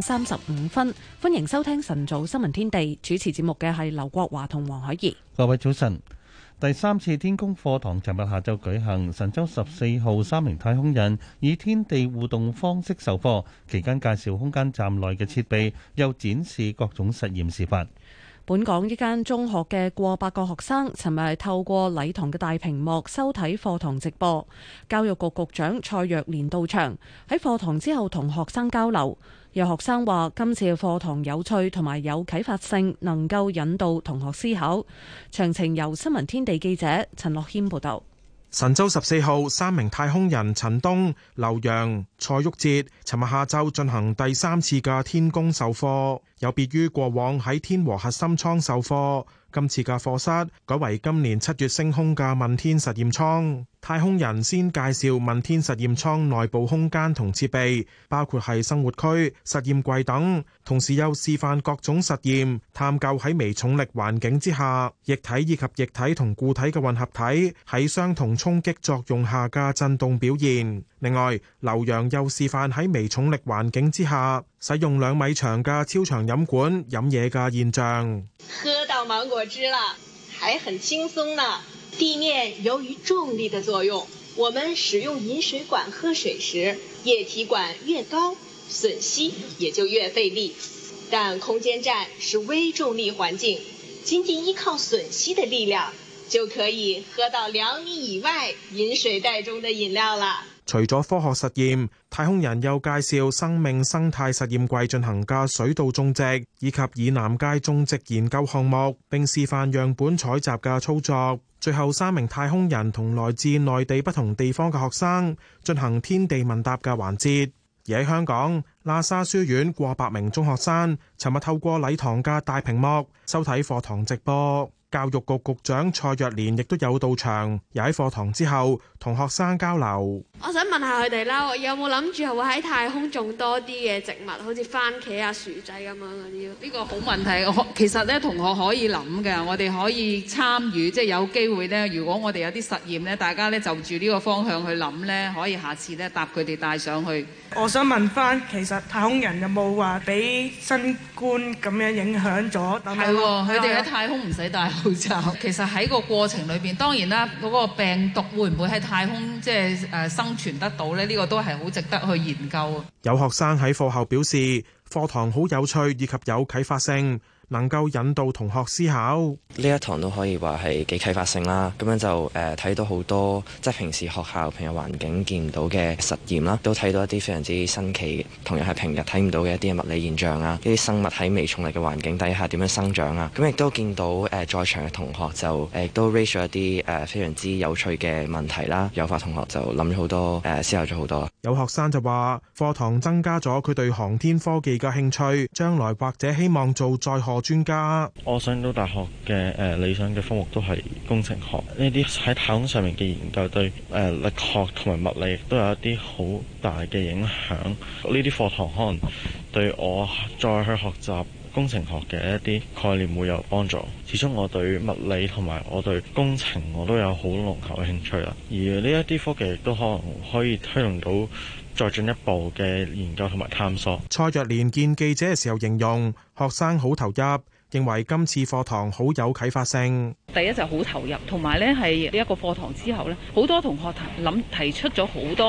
7:35，歡迎收聽晨早新聞天地。主持節目嘅係劉國華同黃海怡。
各位早晨，第3次天宮課堂尋日下晝舉行，神舟14號3名太空人以天地互動方式授課，期間介紹空間站內嘅設備，又展示各種實驗示範。
本港一間中學嘅過百個學生，尋日係透過禮堂嘅大屏幕收睇課堂直播。教育局局長蔡若蓮到場，喺課堂之後同學生交流。有學生話今次嘅課堂有趣同埋有啟發性，能夠引導同學思考。詳情由新聞天地記者陳樂謙報道。
神舟14號3名太空人陳冬、劉洋、蔡旭哲尋日下晝進行第3次嘅天宮授課，有別於過往喺天和核心艙授課，今次嘅課室改為今年7月升空嘅問天實驗艙。太空人先介紹問天實驗艙內部空間同設備，包括係生活區、實驗櫃等，同時又示範各種實驗，探究喺微重力環境之下，液體以及液體同固體嘅混合體喺相同衝擊作用下嘅震動表現。另外，劉洋又示範喺微重力環境之下，使用2米長嘅超長飲管飲嘢嘅現象。
喝到芒果汁啦，還很輕鬆呢。地面由於重力的作用，我們使用飲水管喝水時，液體管越高，吮吸也就越費力。但空間站是微重力環境，僅僅依靠吮吸的力量，就可以喝到2米以外飲水袋中的飲料啦。
除咗科學實驗，太空人又介紹生命生態實驗櫃進行嘅水稻種植，以及以南界種植研究項目，並示範樣本採集嘅操作。最後3名太空人同來自內地不同地方嘅學生進行天地問答嘅環節。而喺香港，喇沙書院過百名中學生尋日透過禮堂嘅大屏幕收睇課堂直播。教育局局長蔡若蓮亦都有到場，又喺課堂之後同學生交流。
我想問下佢哋啦，有冇諗住會喺太空種多啲嘅植物，好似番茄啊、薯仔咁樣嗰啲？
呢個好問題，其實咧同學可以諗嘅，我哋可以參與，即係有機會咧。如果我哋有啲實驗咧，大家咧就住呢個方向去諗咧，可以下次咧搭佢哋帶上去。
我想問翻，其實太空人有冇話俾新冠咁樣影響咗？
係喎，佢哋喺太空唔使戴口罩。其實喺個過程裏邊，當然啦，嗰個病毒會唔會喺太空即係生存得到咧？呢個都係好值得去研究。
有學生喺課後表示，課堂好有趣以及有啟發性，能夠引導同學思考。
呢一堂都可以話係幾啟發性啦，咁樣就睇到好多即係平時學校平日環境見唔到嘅實驗啦，都睇到一啲非常之新奇，同樣係平日睇唔到嘅一啲物理現象啊，一啲生物喺微重力嘅環境底下點樣生長啊，咁亦都見到在場嘅同學就亦都 raise 咗一啲非常之有趣嘅問題啦，有發同學就諗咗好多思考咗好多。
有學生就話課堂增加咗佢對航天科技嘅興趣，將來或者希望做載荷專家。
我上到大學嘅理想嘅科目都係工程學，呢啲喺太空上面嘅研究對力學同埋物理都有一啲好大嘅影響。呢啲課堂可能對我再去學習工程學嘅一啲概念會有幫助。始終我對物理同埋我對工程我都有好濃厚嘅興趣啦。而呢一啲科技亦都可能可以推動到再進一步嘅研究同埋探索。
蔡若蓮見記者嘅時候形容學生好投入，認為今次課堂好有啟發性。
第一就好投入，同埋呢係呢一個課堂之後呢，好多同學提出咗好多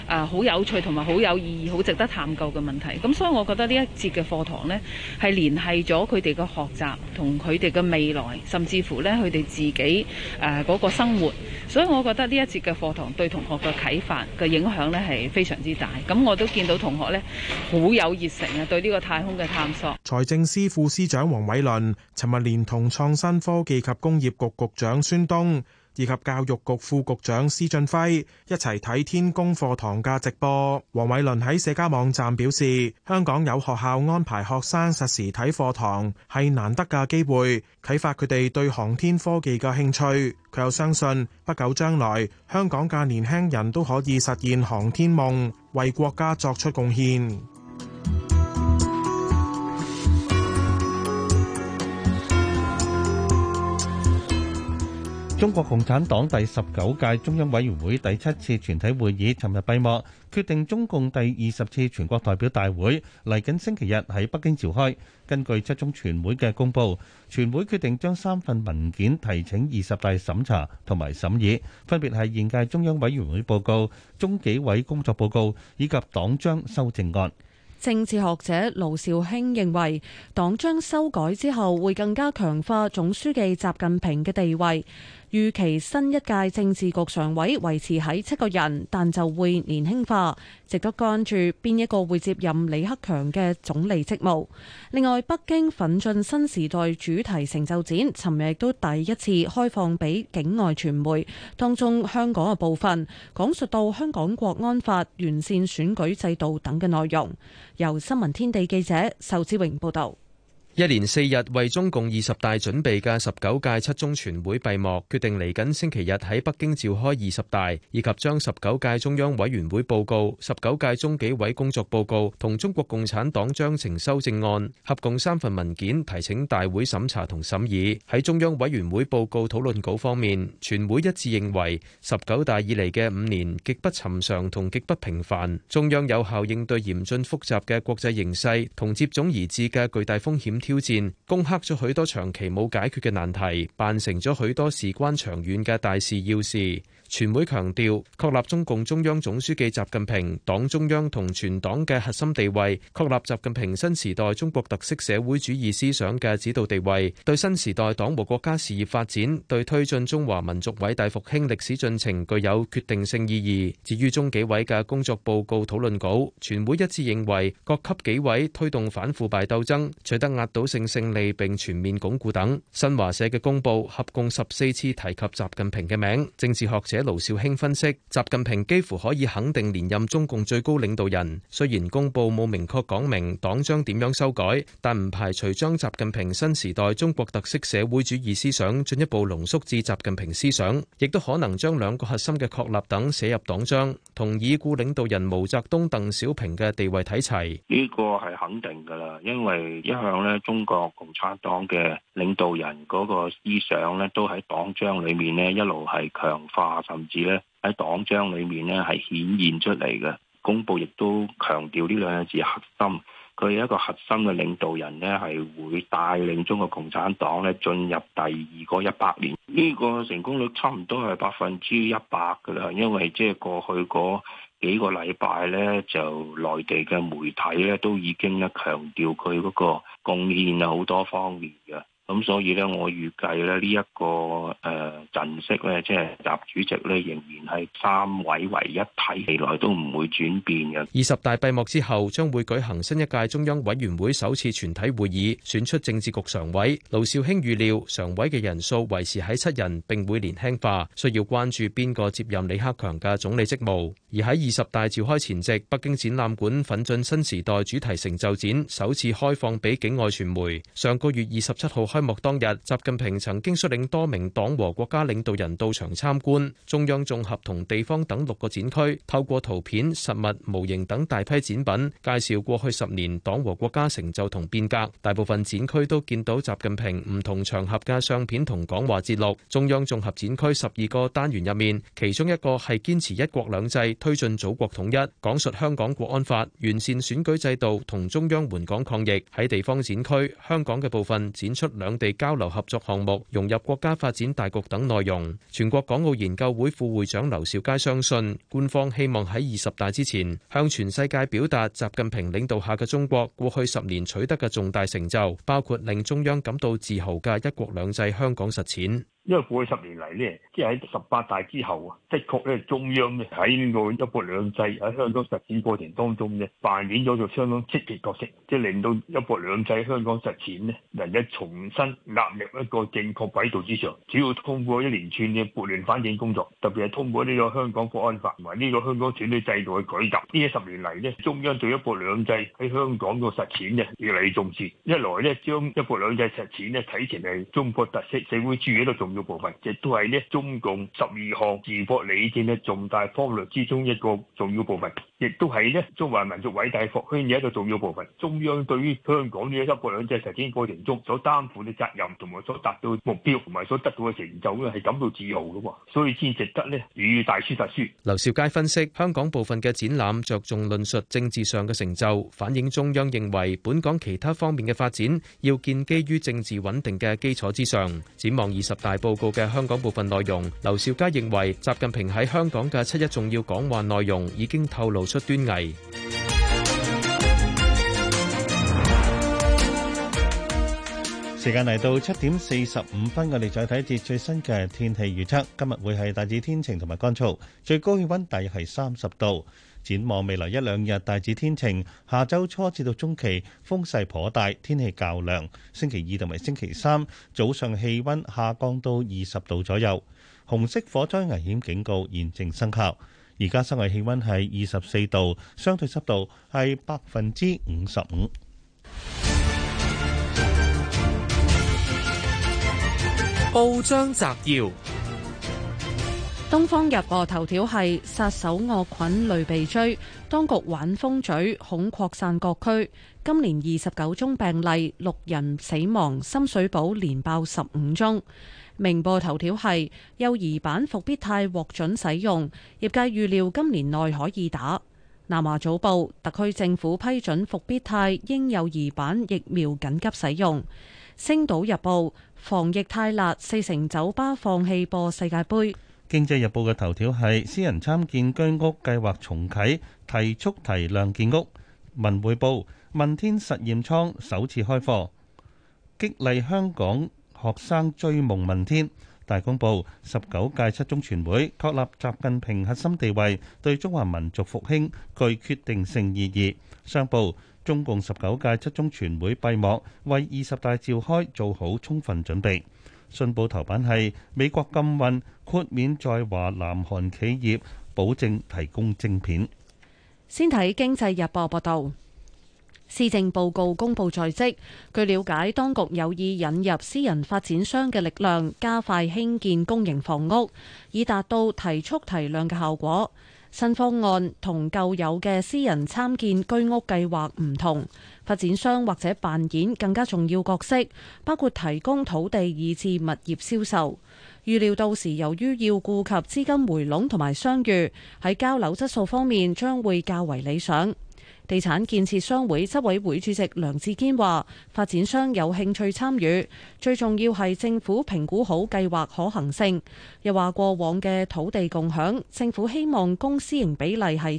好有趣同埋好有意義、好值得探究嘅問題。咁所以我覺得呢一節嘅課堂呢，係聯繫咗佢哋嘅學習同佢哋嘅未來，甚至乎呢佢哋自己嗰個生活。所以我覺得呢一節嘅課堂對同學嘅啟發嘅影響呢係非常之大。咁我都見到同學呢好有熱誠啊，對呢個太空嘅探索。
財政司副司長黃偉綸尋日連同創新科技及工業局局長孫東以及教育局副局長施俊輝一齊睇天宮課堂嘅直播。黃偉綸喺社交網站表示，香港有學校安排學生實時睇課堂係難得嘅機會，啟發佢哋對航天科技嘅興趣。佢又相信不久將來香港嘅年輕人都可以實現航天夢，為國家作出貢獻。
中國共產黨第19屆中央委員會第7次全體會議尋日閉幕，決定中共第20次全國代表大會嚟緊星期日喺北京召開。根據七中全會嘅公佈，全會決定將3份文件提請20大審查同埋審議，分別係現屆中央委員會報告、中紀委工作報告以及黨章修正案。
政治學者盧兆興認為，黨章修改之後會更加強化總書記習近平嘅地位。預期新一屆政治局常委維持喺7個人，但就會年輕化，值得關注邊一個會接任李克強嘅總理職務。另外，北京奮進新時代主題成就展尋日亦都第一次開放俾境外傳媒，當中香港嘅部分講述到香港國安法、完善選舉制度等嘅內容。由新聞天地記者仇志榮報道。
一連4日為中共20大準備嘅19屆七中全會閉幕，決定嚟緊星期日喺北京召開20大，以及將19屆中央委員會報告、19屆中紀委工作報告同中國共產黨章程修正案合共3份文件提請大會審查同審議。喺中央委員會報告討論稿方面，全會一致認為19大以嚟嘅5年極不尋常同極不平凡，中央有效應對嚴峻複雜嘅國際形勢同接踵而至嘅巨大風險挑戰，攻克咗許多長期冇解決嘅難題，辦成咗許多事關長遠嘅大事要事。全會強調，確立中共中央總書記習近平、黨中央同全黨嘅核心地位，確立習近平新時代中國特色社會主義思想嘅指導地位，對新時代黨和國家事業發展，對推進中華民族偉大復興歷史進程具有決定性意義。至於中紀委嘅工作報告討論稿，全會一致認為各級紀委推動反腐敗鬥爭，取得壓倒性勝利並全面鞏固等。新華社嘅公報合共14次提及習近平嘅名。政治學者盧兆興分析，習近平幾乎可以肯定連任中共最高領導人。雖然公佈冇明確講明黨章點樣修改，但唔排除將習近平新時代中國特色社會主義思想進一步濃縮至習近平思想，亦都可能將2個核心嘅確立等寫入黨章，同已故領導人毛澤東、鄧小平嘅地位睇齊。
呢個係肯定㗎啦，因為一向咧中國共產黨嘅領導人嗰個思想咧，都喺黨章裏面咧一路係強化，甚至咧喺黨章裏面咧係顯現出嚟嘅。公報亦都強調呢兩個字核心，佢係一個核心嘅領導人咧，係會帶領中國共產黨咧進入第2個100年。呢個成功率差唔多係100%㗎啦，因為即係過去嗰幾個禮拜咧，就內地嘅媒體咧都已經咧強調佢嗰個貢獻啊好多方面嘅。咁所以咧，我預計咧呢一個陣式咧，即係習主席咧，仍然係3位為一體，未來都唔會轉變嘅。
20大閉幕之後，將會舉行新一屆中央委員會首次全體會議，選出政治局常委。盧兆興預料，常委嘅人數維持喺7人，並會年輕化，需要關注邊個接任李克強嘅總理職務。而喺20大召開前夕，北京展覽館奮進新時代主題成就展首次開放俾境外傳媒。上個月27號開幕當日，習近平曾經率領多名黨和國家領導人到場參觀。中央綜合同地方等6個展區，透過圖片、實物、模型等大批展品，介紹過去10年黨和國家成就同變革。大部分展區都見到習近平唔同場合嘅相片同講話節錄。中央綜合展區12個單元入面，其中一個係堅持一國兩制，推進祖國統一，講述香港國安法、完善選舉制度同中央援港抗疫。喺地方展區，香港嘅部分展出2 兩地交流合作項目融入國家發展大局等內容。全國港澳研究會副會長劉兆佳相信，官方希望喺20大之前向全世界表達習近平領導下嘅中國過去10年取得嘅重大成就，包括令中央感到自豪嘅一國兩制香港實踐。
因為過去10年嚟呢，即係喺18大之後啊，的確咧中央咧喺呢個一國兩制喺香港實踐過程當中呢，扮演咗個相當積極角色，即係令到一國兩制香港實踐呢能夠重新納入一個正確軌道之上。主要通過一連串嘅撥亂反正工作，特別係通過呢個香港國安法同埋呢個香港選舉制度嘅改革。呢10年嚟呢，中央對一國兩制喺香港個實踐呢越嚟越重視，一來呢將一國兩制實踐呢睇成係中國特色社會主義一個重要部分，亦都係呢中共12項治國理政嘅重大方略之中一個重要部分，亦都係呢中華民族偉大復興嘅一個重要部分。中央對於香港呢一國兩制實踐過程中所擔負嘅責任同埋所達到目標同埋所得到嘅成就呢係感到自豪嘅，所以先值得呢予以大書特書。
劉兆佳分析，香港部分嘅展覽着重論述政治上嘅成就，反映中央認為本港其他方面嘅發展要建基於政治穩定嘅基礎之上。展望20大報告嘅香港部分內容，劉兆佳認為習近平喺香港嘅7·1重要講話內容已經透露出端倪。
時間嚟到7點45分，我哋再睇一節最新嘅天氣預測。今日會係大致天晴同埋乾燥，最高氣溫大約係30度。展望未來1、2日大致天晴，下周初至到中期風勢頗大，天氣較涼。星期2同埋星期3早上氣溫下降到20度左右。紅色火災危險警告現正生效。而家室外氣溫係24度，相對濕度係55%。
報章摘要：《
東方日報》頭條係殺手惡菌類被追，當局玩風嘴恐擴散各區。今年29宗病例，6人死亡，深水埗連爆15宗。明報頭條係幼兒版復必泰獲准使用，業界預料今年內可以打。南華早報，特區政府批准復必泰嬰幼兒版疫苗緊急使用。星島日報，防疫太辣，4成酒吧放棄播世界盃。
經濟日報嘅頭條係私人參建居屋計劃重啟，提速提量建屋。文匯報，問天實驗艙首次開課，激勵香港學生追夢問天。大公報，19屆七中全會確立習近平核心地位，對中華民族復興具決定性意義。商報，中共19屆七中全會閉幕，為20大召開做好充分準備。信報頭版係美國禁運，豁免在華南韓企業保證提供晶片。
先睇經濟日報報道。施政報告公布在即，據了解，當局有意引入私人發展商嘅力量，加快興建公營房屋，以達到提速提量嘅效果。新方案同舊有嘅私人參建居屋計劃唔同，發展商或者扮演更加重要角色，包括提供土地以至物業銷售。預料到時由於要顧及資金回籠同埋商譽，喺交樓質素方面將會較為理想。地產建設商會執委會主席梁志堅話：發展商有興趣參與，最重要係政府評估好計劃可行性。又話過往嘅土地共享，政府希望公私營比例係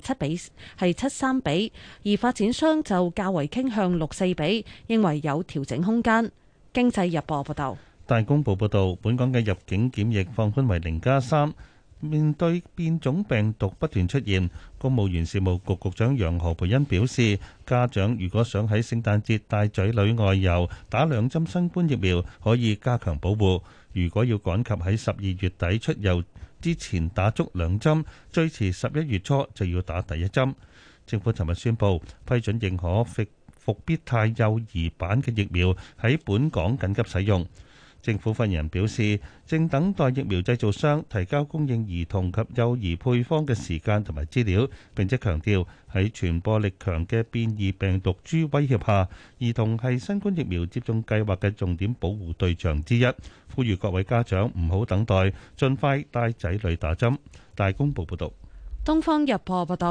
7:3比，而發展商就較為傾向6:4比，認為有調整空間。經濟日報報道。
大公報報導，本港嘅入境檢疫放寬為0+3。面對變種病毒不斷出現，公務員事務局局長楊何蓓茵表示，家長如果想喺聖誕節帶仔女外遊，打2針新冠疫苗可以加強保護。如果要趕及喺12月底出遊之前打足2針，最遲11月初就要打第1針。政府尋日宣布批准認可復必泰幼兒版嘅疫苗喺本港緊急使用。政府發言人表示，正等待疫苗製造商提交供應兒童及幼兒配方嘅時間同埋資料，並且強調喺傳播力強嘅變異病毒株威脅下，兒童係新冠疫苗接種計劃嘅重點保護對象之一，呼籲各位家長唔好等待，盡快帶仔女打針。大公報報道。
東方日報報道，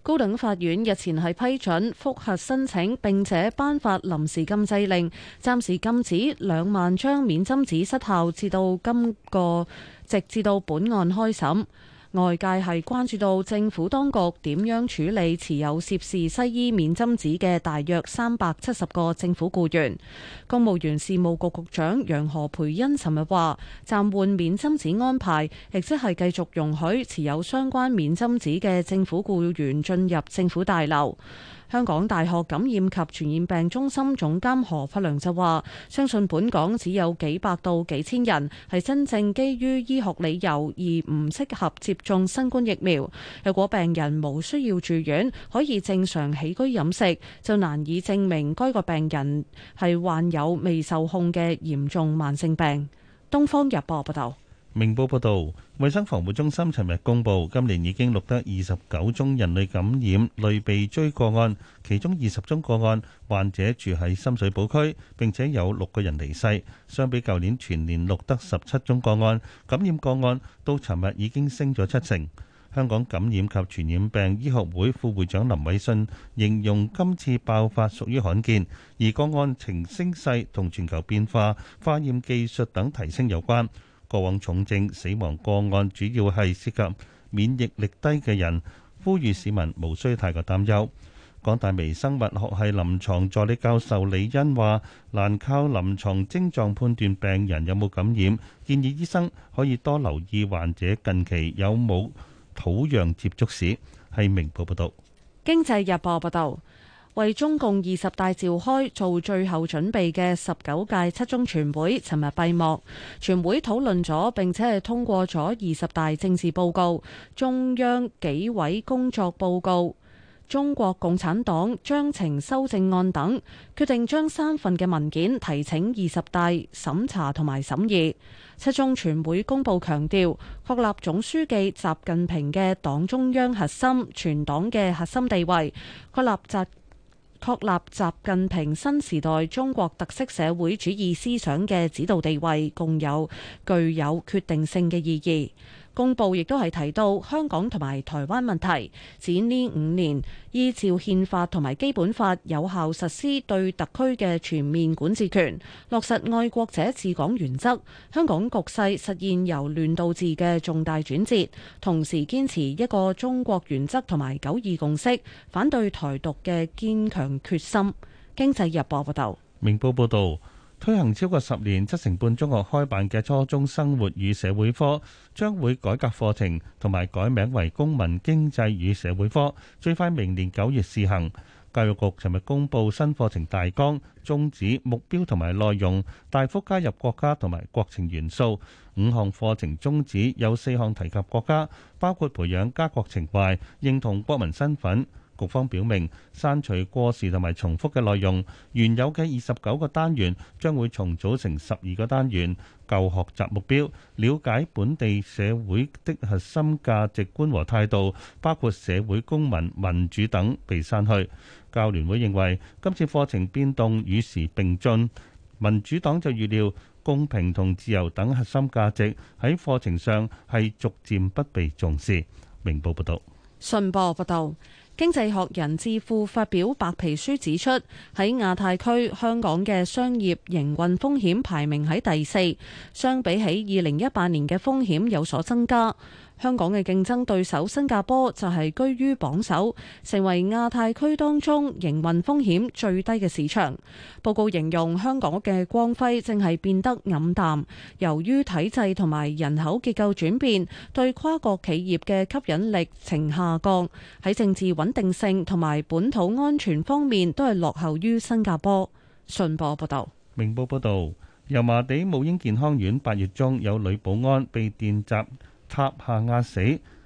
高等法院日前係批准覆核申請，並且頒發臨時禁制令，暫時禁止2萬張免針紙失效，直至到本案開審。外界係關注到政府當局點樣處理持有涉事西醫免針紙嘅大約370個政府僱員。公務員事務局局長楊何蓓茵尋日話，暫緩免針紙安排，亦即係繼續容許持有相關免針紙嘅政府僱員進入政府大樓。香港大學感染及傳染病中心總監何柏良就話，相信本港只有幾百到幾千人係真正基於醫學理由而唔適合接種新冠疫苗。若果病人無需要住院，可以正常起居飲食，就難以證明該個病人係患有未受控嘅嚴重慢性病。東方日報報道。
明報報導，衛生防護中心尋日公布，今年已經錄得29宗人類感染類鼻疽個案，其中20宗個案患者住喺深水埗區，並且有6個人離世。相比舊年全年錄得17宗個案，感染個案到尋日已經升咗7成。香港感染及傳染病醫學會副會長林偉信形容今次爆發屬於罕見，而個案呈升勢同全球變化、化驗技術等提升有關。過往重症死亡個案主要係涉及免疫力低嘅人，呼籲市民無需太過擔憂。港大微生物學系臨床助理教授李欣話：難靠臨床症狀判斷病人有冇感染，建議醫生可以多留意患者近期有冇土壤接觸史。係明報報導。
經濟日報報導。為中共20大召開做最後準備嘅19屆七中全會，尋日閉幕。全會討論咗並且係通過咗20大政治報告、中央紀委工作報告、中國共產黨章程修正案等，決定將3份嘅文件提請20大審查同埋審議。七中全會公報強調，確立總書記習近平嘅黨中央核心、全黨嘅核心地位，確立習近平新時代中國特色社會主義思想嘅指導地位，具有決定性嘅意義。公報亦都係提到香港同埋台灣問題，指呢5年依照憲法同埋基本法有效實施對特區嘅全面管治權，落實愛國者治港原則，香港局勢實現由亂到治嘅重大轉折，同時堅持一個中國原則同埋九二共識，反對台獨嘅堅強決心。經濟日報報道。
明報報導。推行超過10年7成半中學開辦嘅初中生活與社會科將會改革課程，同埋改名為公民經濟與社會科，最快明年9月試行。教育局尋日公布新課程大綱、宗旨、目標同埋內容，大幅加入國家同埋國情元素。5項課程宗旨有4項提及國家，包括培養家國情懷、認同國民身份。局方表明，刪除過時同埋重複嘅內容，原有嘅29個單元將會重組成12個單元。舊學習目標，了解本地社會的核心價值觀和態度，包括社會公民、民主等，被刪去。教聯會認為今次課程變動與時並進，民主黨就預料公平同自由等核心價值喺課程上係逐漸不被重視。明報報道。
信報報道。經濟學人智庫發表白皮書指出，喺亞太區，香港嘅商業營運風險排名喺第4，相比起2018年嘅風險有所增加。香港嘅競爭對手新加坡就係居於榜首，成為亞太區當中營運風險最低嘅市場。報告形容香港嘅光輝正係變得黯淡，由於體制同埋人口結構轉變，對跨國企業嘅吸引力呈下降，喺政治穩定性同埋本土安全方面都係落後於新加坡。信報報道。
明報報道，油麻地母嬰健康院8月中有女保安被電閘塔下壓死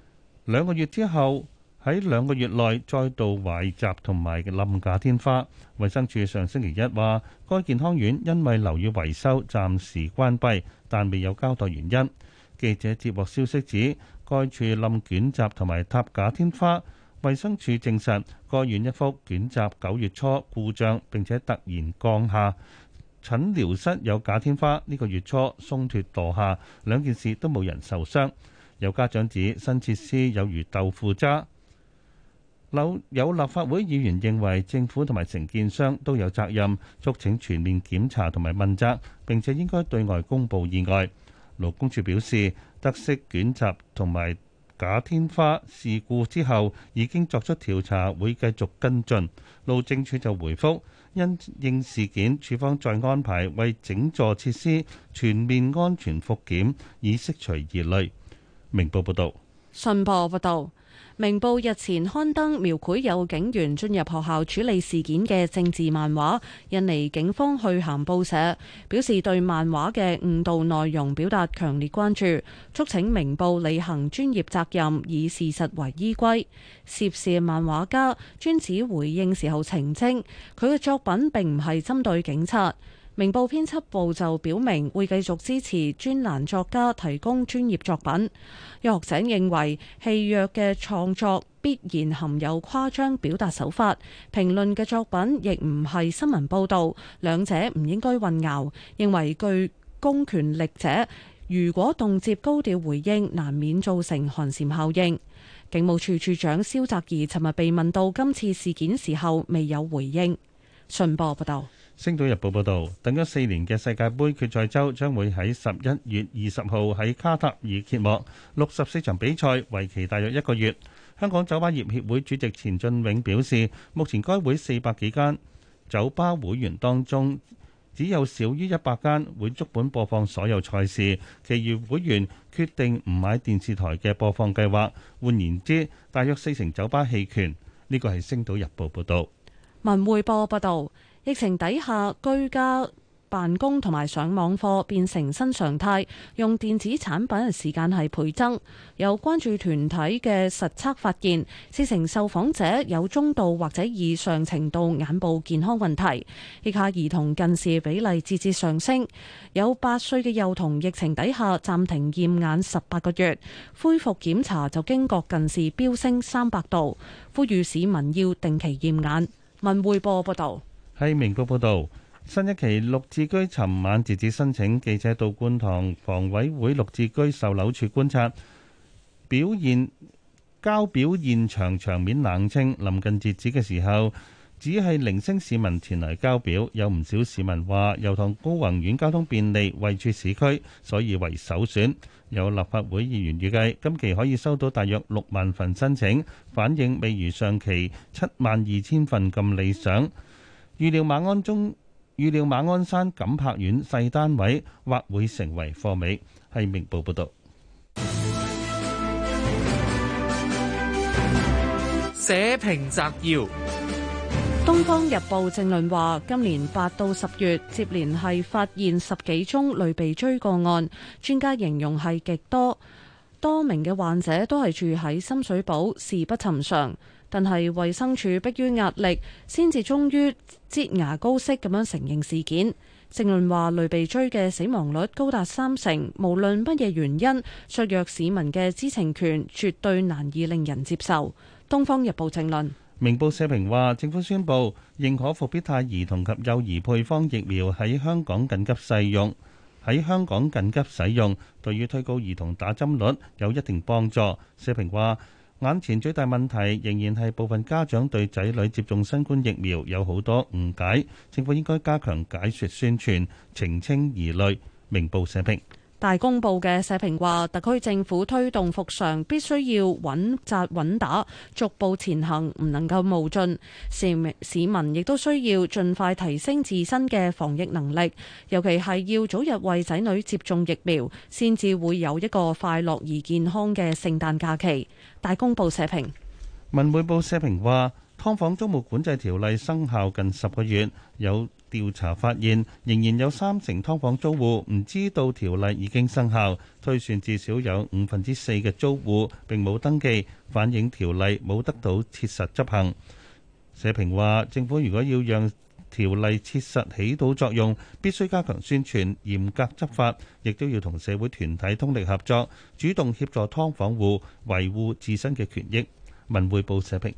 ，2個月之後喺2個月內再度壞閘同埋冧假天花。衛生署上星期一話，該健康院因為樓宇維修暫時關閉，但未有交代原因。記者接獲消息指，該處冧捲閘同埋塔假天花。衛生署證實，該院一幅捲閘9月初故障，並且突然降下。診療室有假天花，呢個月初鬆脱墮下，2件事都冇人受傷。有家長指新設施有如豆腐渣， 有立法會議員認為政府同埋承建商都有責任，促請全面檢查同埋問責，並且應該對外公佈意外。勞工處表示，得悉捲閘同埋假天花事故之後，已經作出調查，會繼續跟進。路政署就回覆，因應事件，處方再安排為整座設施全面安全復檢，以釋除疑慮。明報報道。
信報報道。明報日前刊登描繪有警員進入學校處理事件嘅政治漫畫，引嚟警方去函報社，表示對漫畫嘅誤導內容表達強烈關注，促請明報履行專業責任，以事實為依歸。涉事漫畫家專子回應時候澄清，佢嘅作品並唔係針對警察。明報編輯部就表明會繼續支持專欄作家提供專業作品。有學者認為戲謔嘅創作必然含有誇張表達手法，評論嘅作品亦唔係新聞報導，兩者唔應該混淆。認為具公權力者如果動輒高調回應，難免造成寒蟬效應。警務處處長蕭澤頤尋日被問到今次事件時候，未有回應。信報報道。
《星島日報》報導，等咗4年嘅世界盃決賽周將會喺11月20號喺卡塔爾揭幕，64場比賽，為期大約1個月。香港酒吧業協會主席錢俊永表示，目前該會400幾間酒吧會員當中，只有少於100間會足本播放所有賽事，其餘會員決定唔買電視台嘅播放計劃。換言之，大約40%酒吧棄權。呢個係《星島日報》報導。
文匯報報導。疫情底下，居家辦公同埋上網課變成新常態，用電子產品嘅時間係倍增。有關注團體嘅實測發現，40%受訪者有中度或者以上程度眼部健康問題，以下兒童近視比例節節上升。有8歲嘅幼童疫情底下暫停驗眼18個月，恢復檢查就驚覺近視飆升300度，呼籲市民要定期驗眼。文匯報報道。
喺明報報導，新一期綠置居尋晚截止申請，記者到觀塘房委會綠置居售樓處觀察，交表現場面冷清。臨近截止嘅時候，只係零星市民前來交表。有唔少市民話，油塘高宏苑交通便利，位處市區，所以為首選。有立法會議員預計，今期可以收到大約6萬份申請，反應未如上期72000份咁理想。預料馬鞍山錦柏苑細單位或會成為貨尾。係明報報導。
社評摘要：《
東方日報》正論話，今年8到10月接連係發現10幾宗類鼻疽個案，專家形容係極多，多名嘅患者都係住喺深水埗，事不尋常。但係衛生署迫於壓力，先至終於擠牙膏式咁樣承認事件。正論話，類鼻疽嘅死亡率高達30%，無論乜嘢原因，削弱市民嘅知情權，絕對難以令人接受。《東方日報》正論。
明報社評話，政府宣布認可復必泰兒童及幼兒配方疫苗喺香港緊急使用，對於推高兒童打針率有一定幫助。社評話，眼前最大問題仍然係部分家長對仔女接種新冠疫苗有好多誤解，政府應該加強解說宣傳，澄清疑慮。明報社評。
大公報嘅社評話，特區政府推動復常必須要穩紮穩打，逐步前行，唔能夠冒進。市民亦都需要盡快提升自身嘅防疫能力，尤其係要早日為仔女接種疫苗，先至會有一個快樂而健康嘅聖誕假期。大公報社評。
文匯報社評話，劏房租務管制條例生效近10個月，有調查發現，仍然有30%劏房租戶唔知道條例已經生效，推算至少有4%嘅租戶並冇登記，反映條例冇得到切實執行。社評話，政府如果要讓條例切實起到作用，必須加強宣傳、嚴格執法，亦都要同社會團體通力合作，主動協助劏房戶維護自身嘅權益。文匯報社評。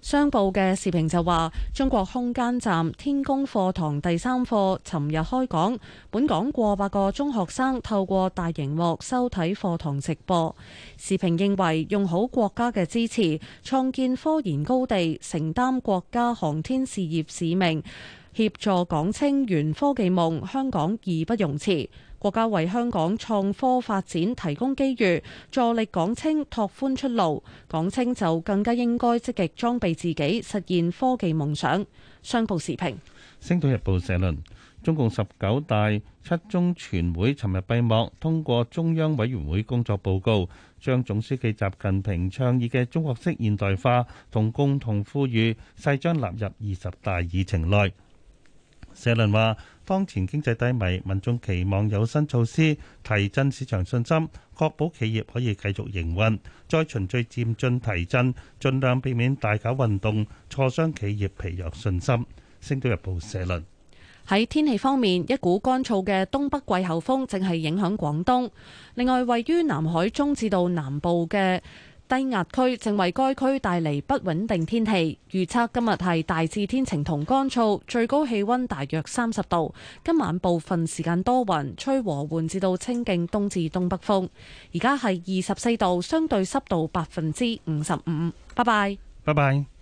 商報嘅時評就話，中國空間站天宮課堂第3課尋日開講，本港過百個中學生透過大螢幕收睇課堂直播。時評認為，用好國家嘅支持，創建科研高地，承擔國家航天事業使命，協助港青圓科技夢，香港義不容辭。國家為香港創科發展提供機遇，助力港青拓寬出路，港青就更加應該積極裝備自己，實現科技夢想。商報時評。
星島日報社論：中共19大7中全會尋日閉幕，通過中央委員會工作報告，將總書記習近平倡議嘅中國式現代化同共同富裕勢將納入20大議程內。社論話，當前經濟低迷，民眾期望有新措施提振市場信心，確保企業可以繼續營運，再循序漸進提振，盡量避免大搞運動，挫傷企業疲弱信心。星島日報社論。
喺天氣方面，一股乾燥嘅東北季候風正係影響廣東。另外，位於南海中至到南部嘅低壓區正為該區帶嚟不穩定天氣，預測今日係大致天晴同乾燥，最高氣溫大約30度。今晚部分時間多雲，吹和緩至到清勁東至東北風。而家係24度，相對濕度55%。拜拜。
拜拜。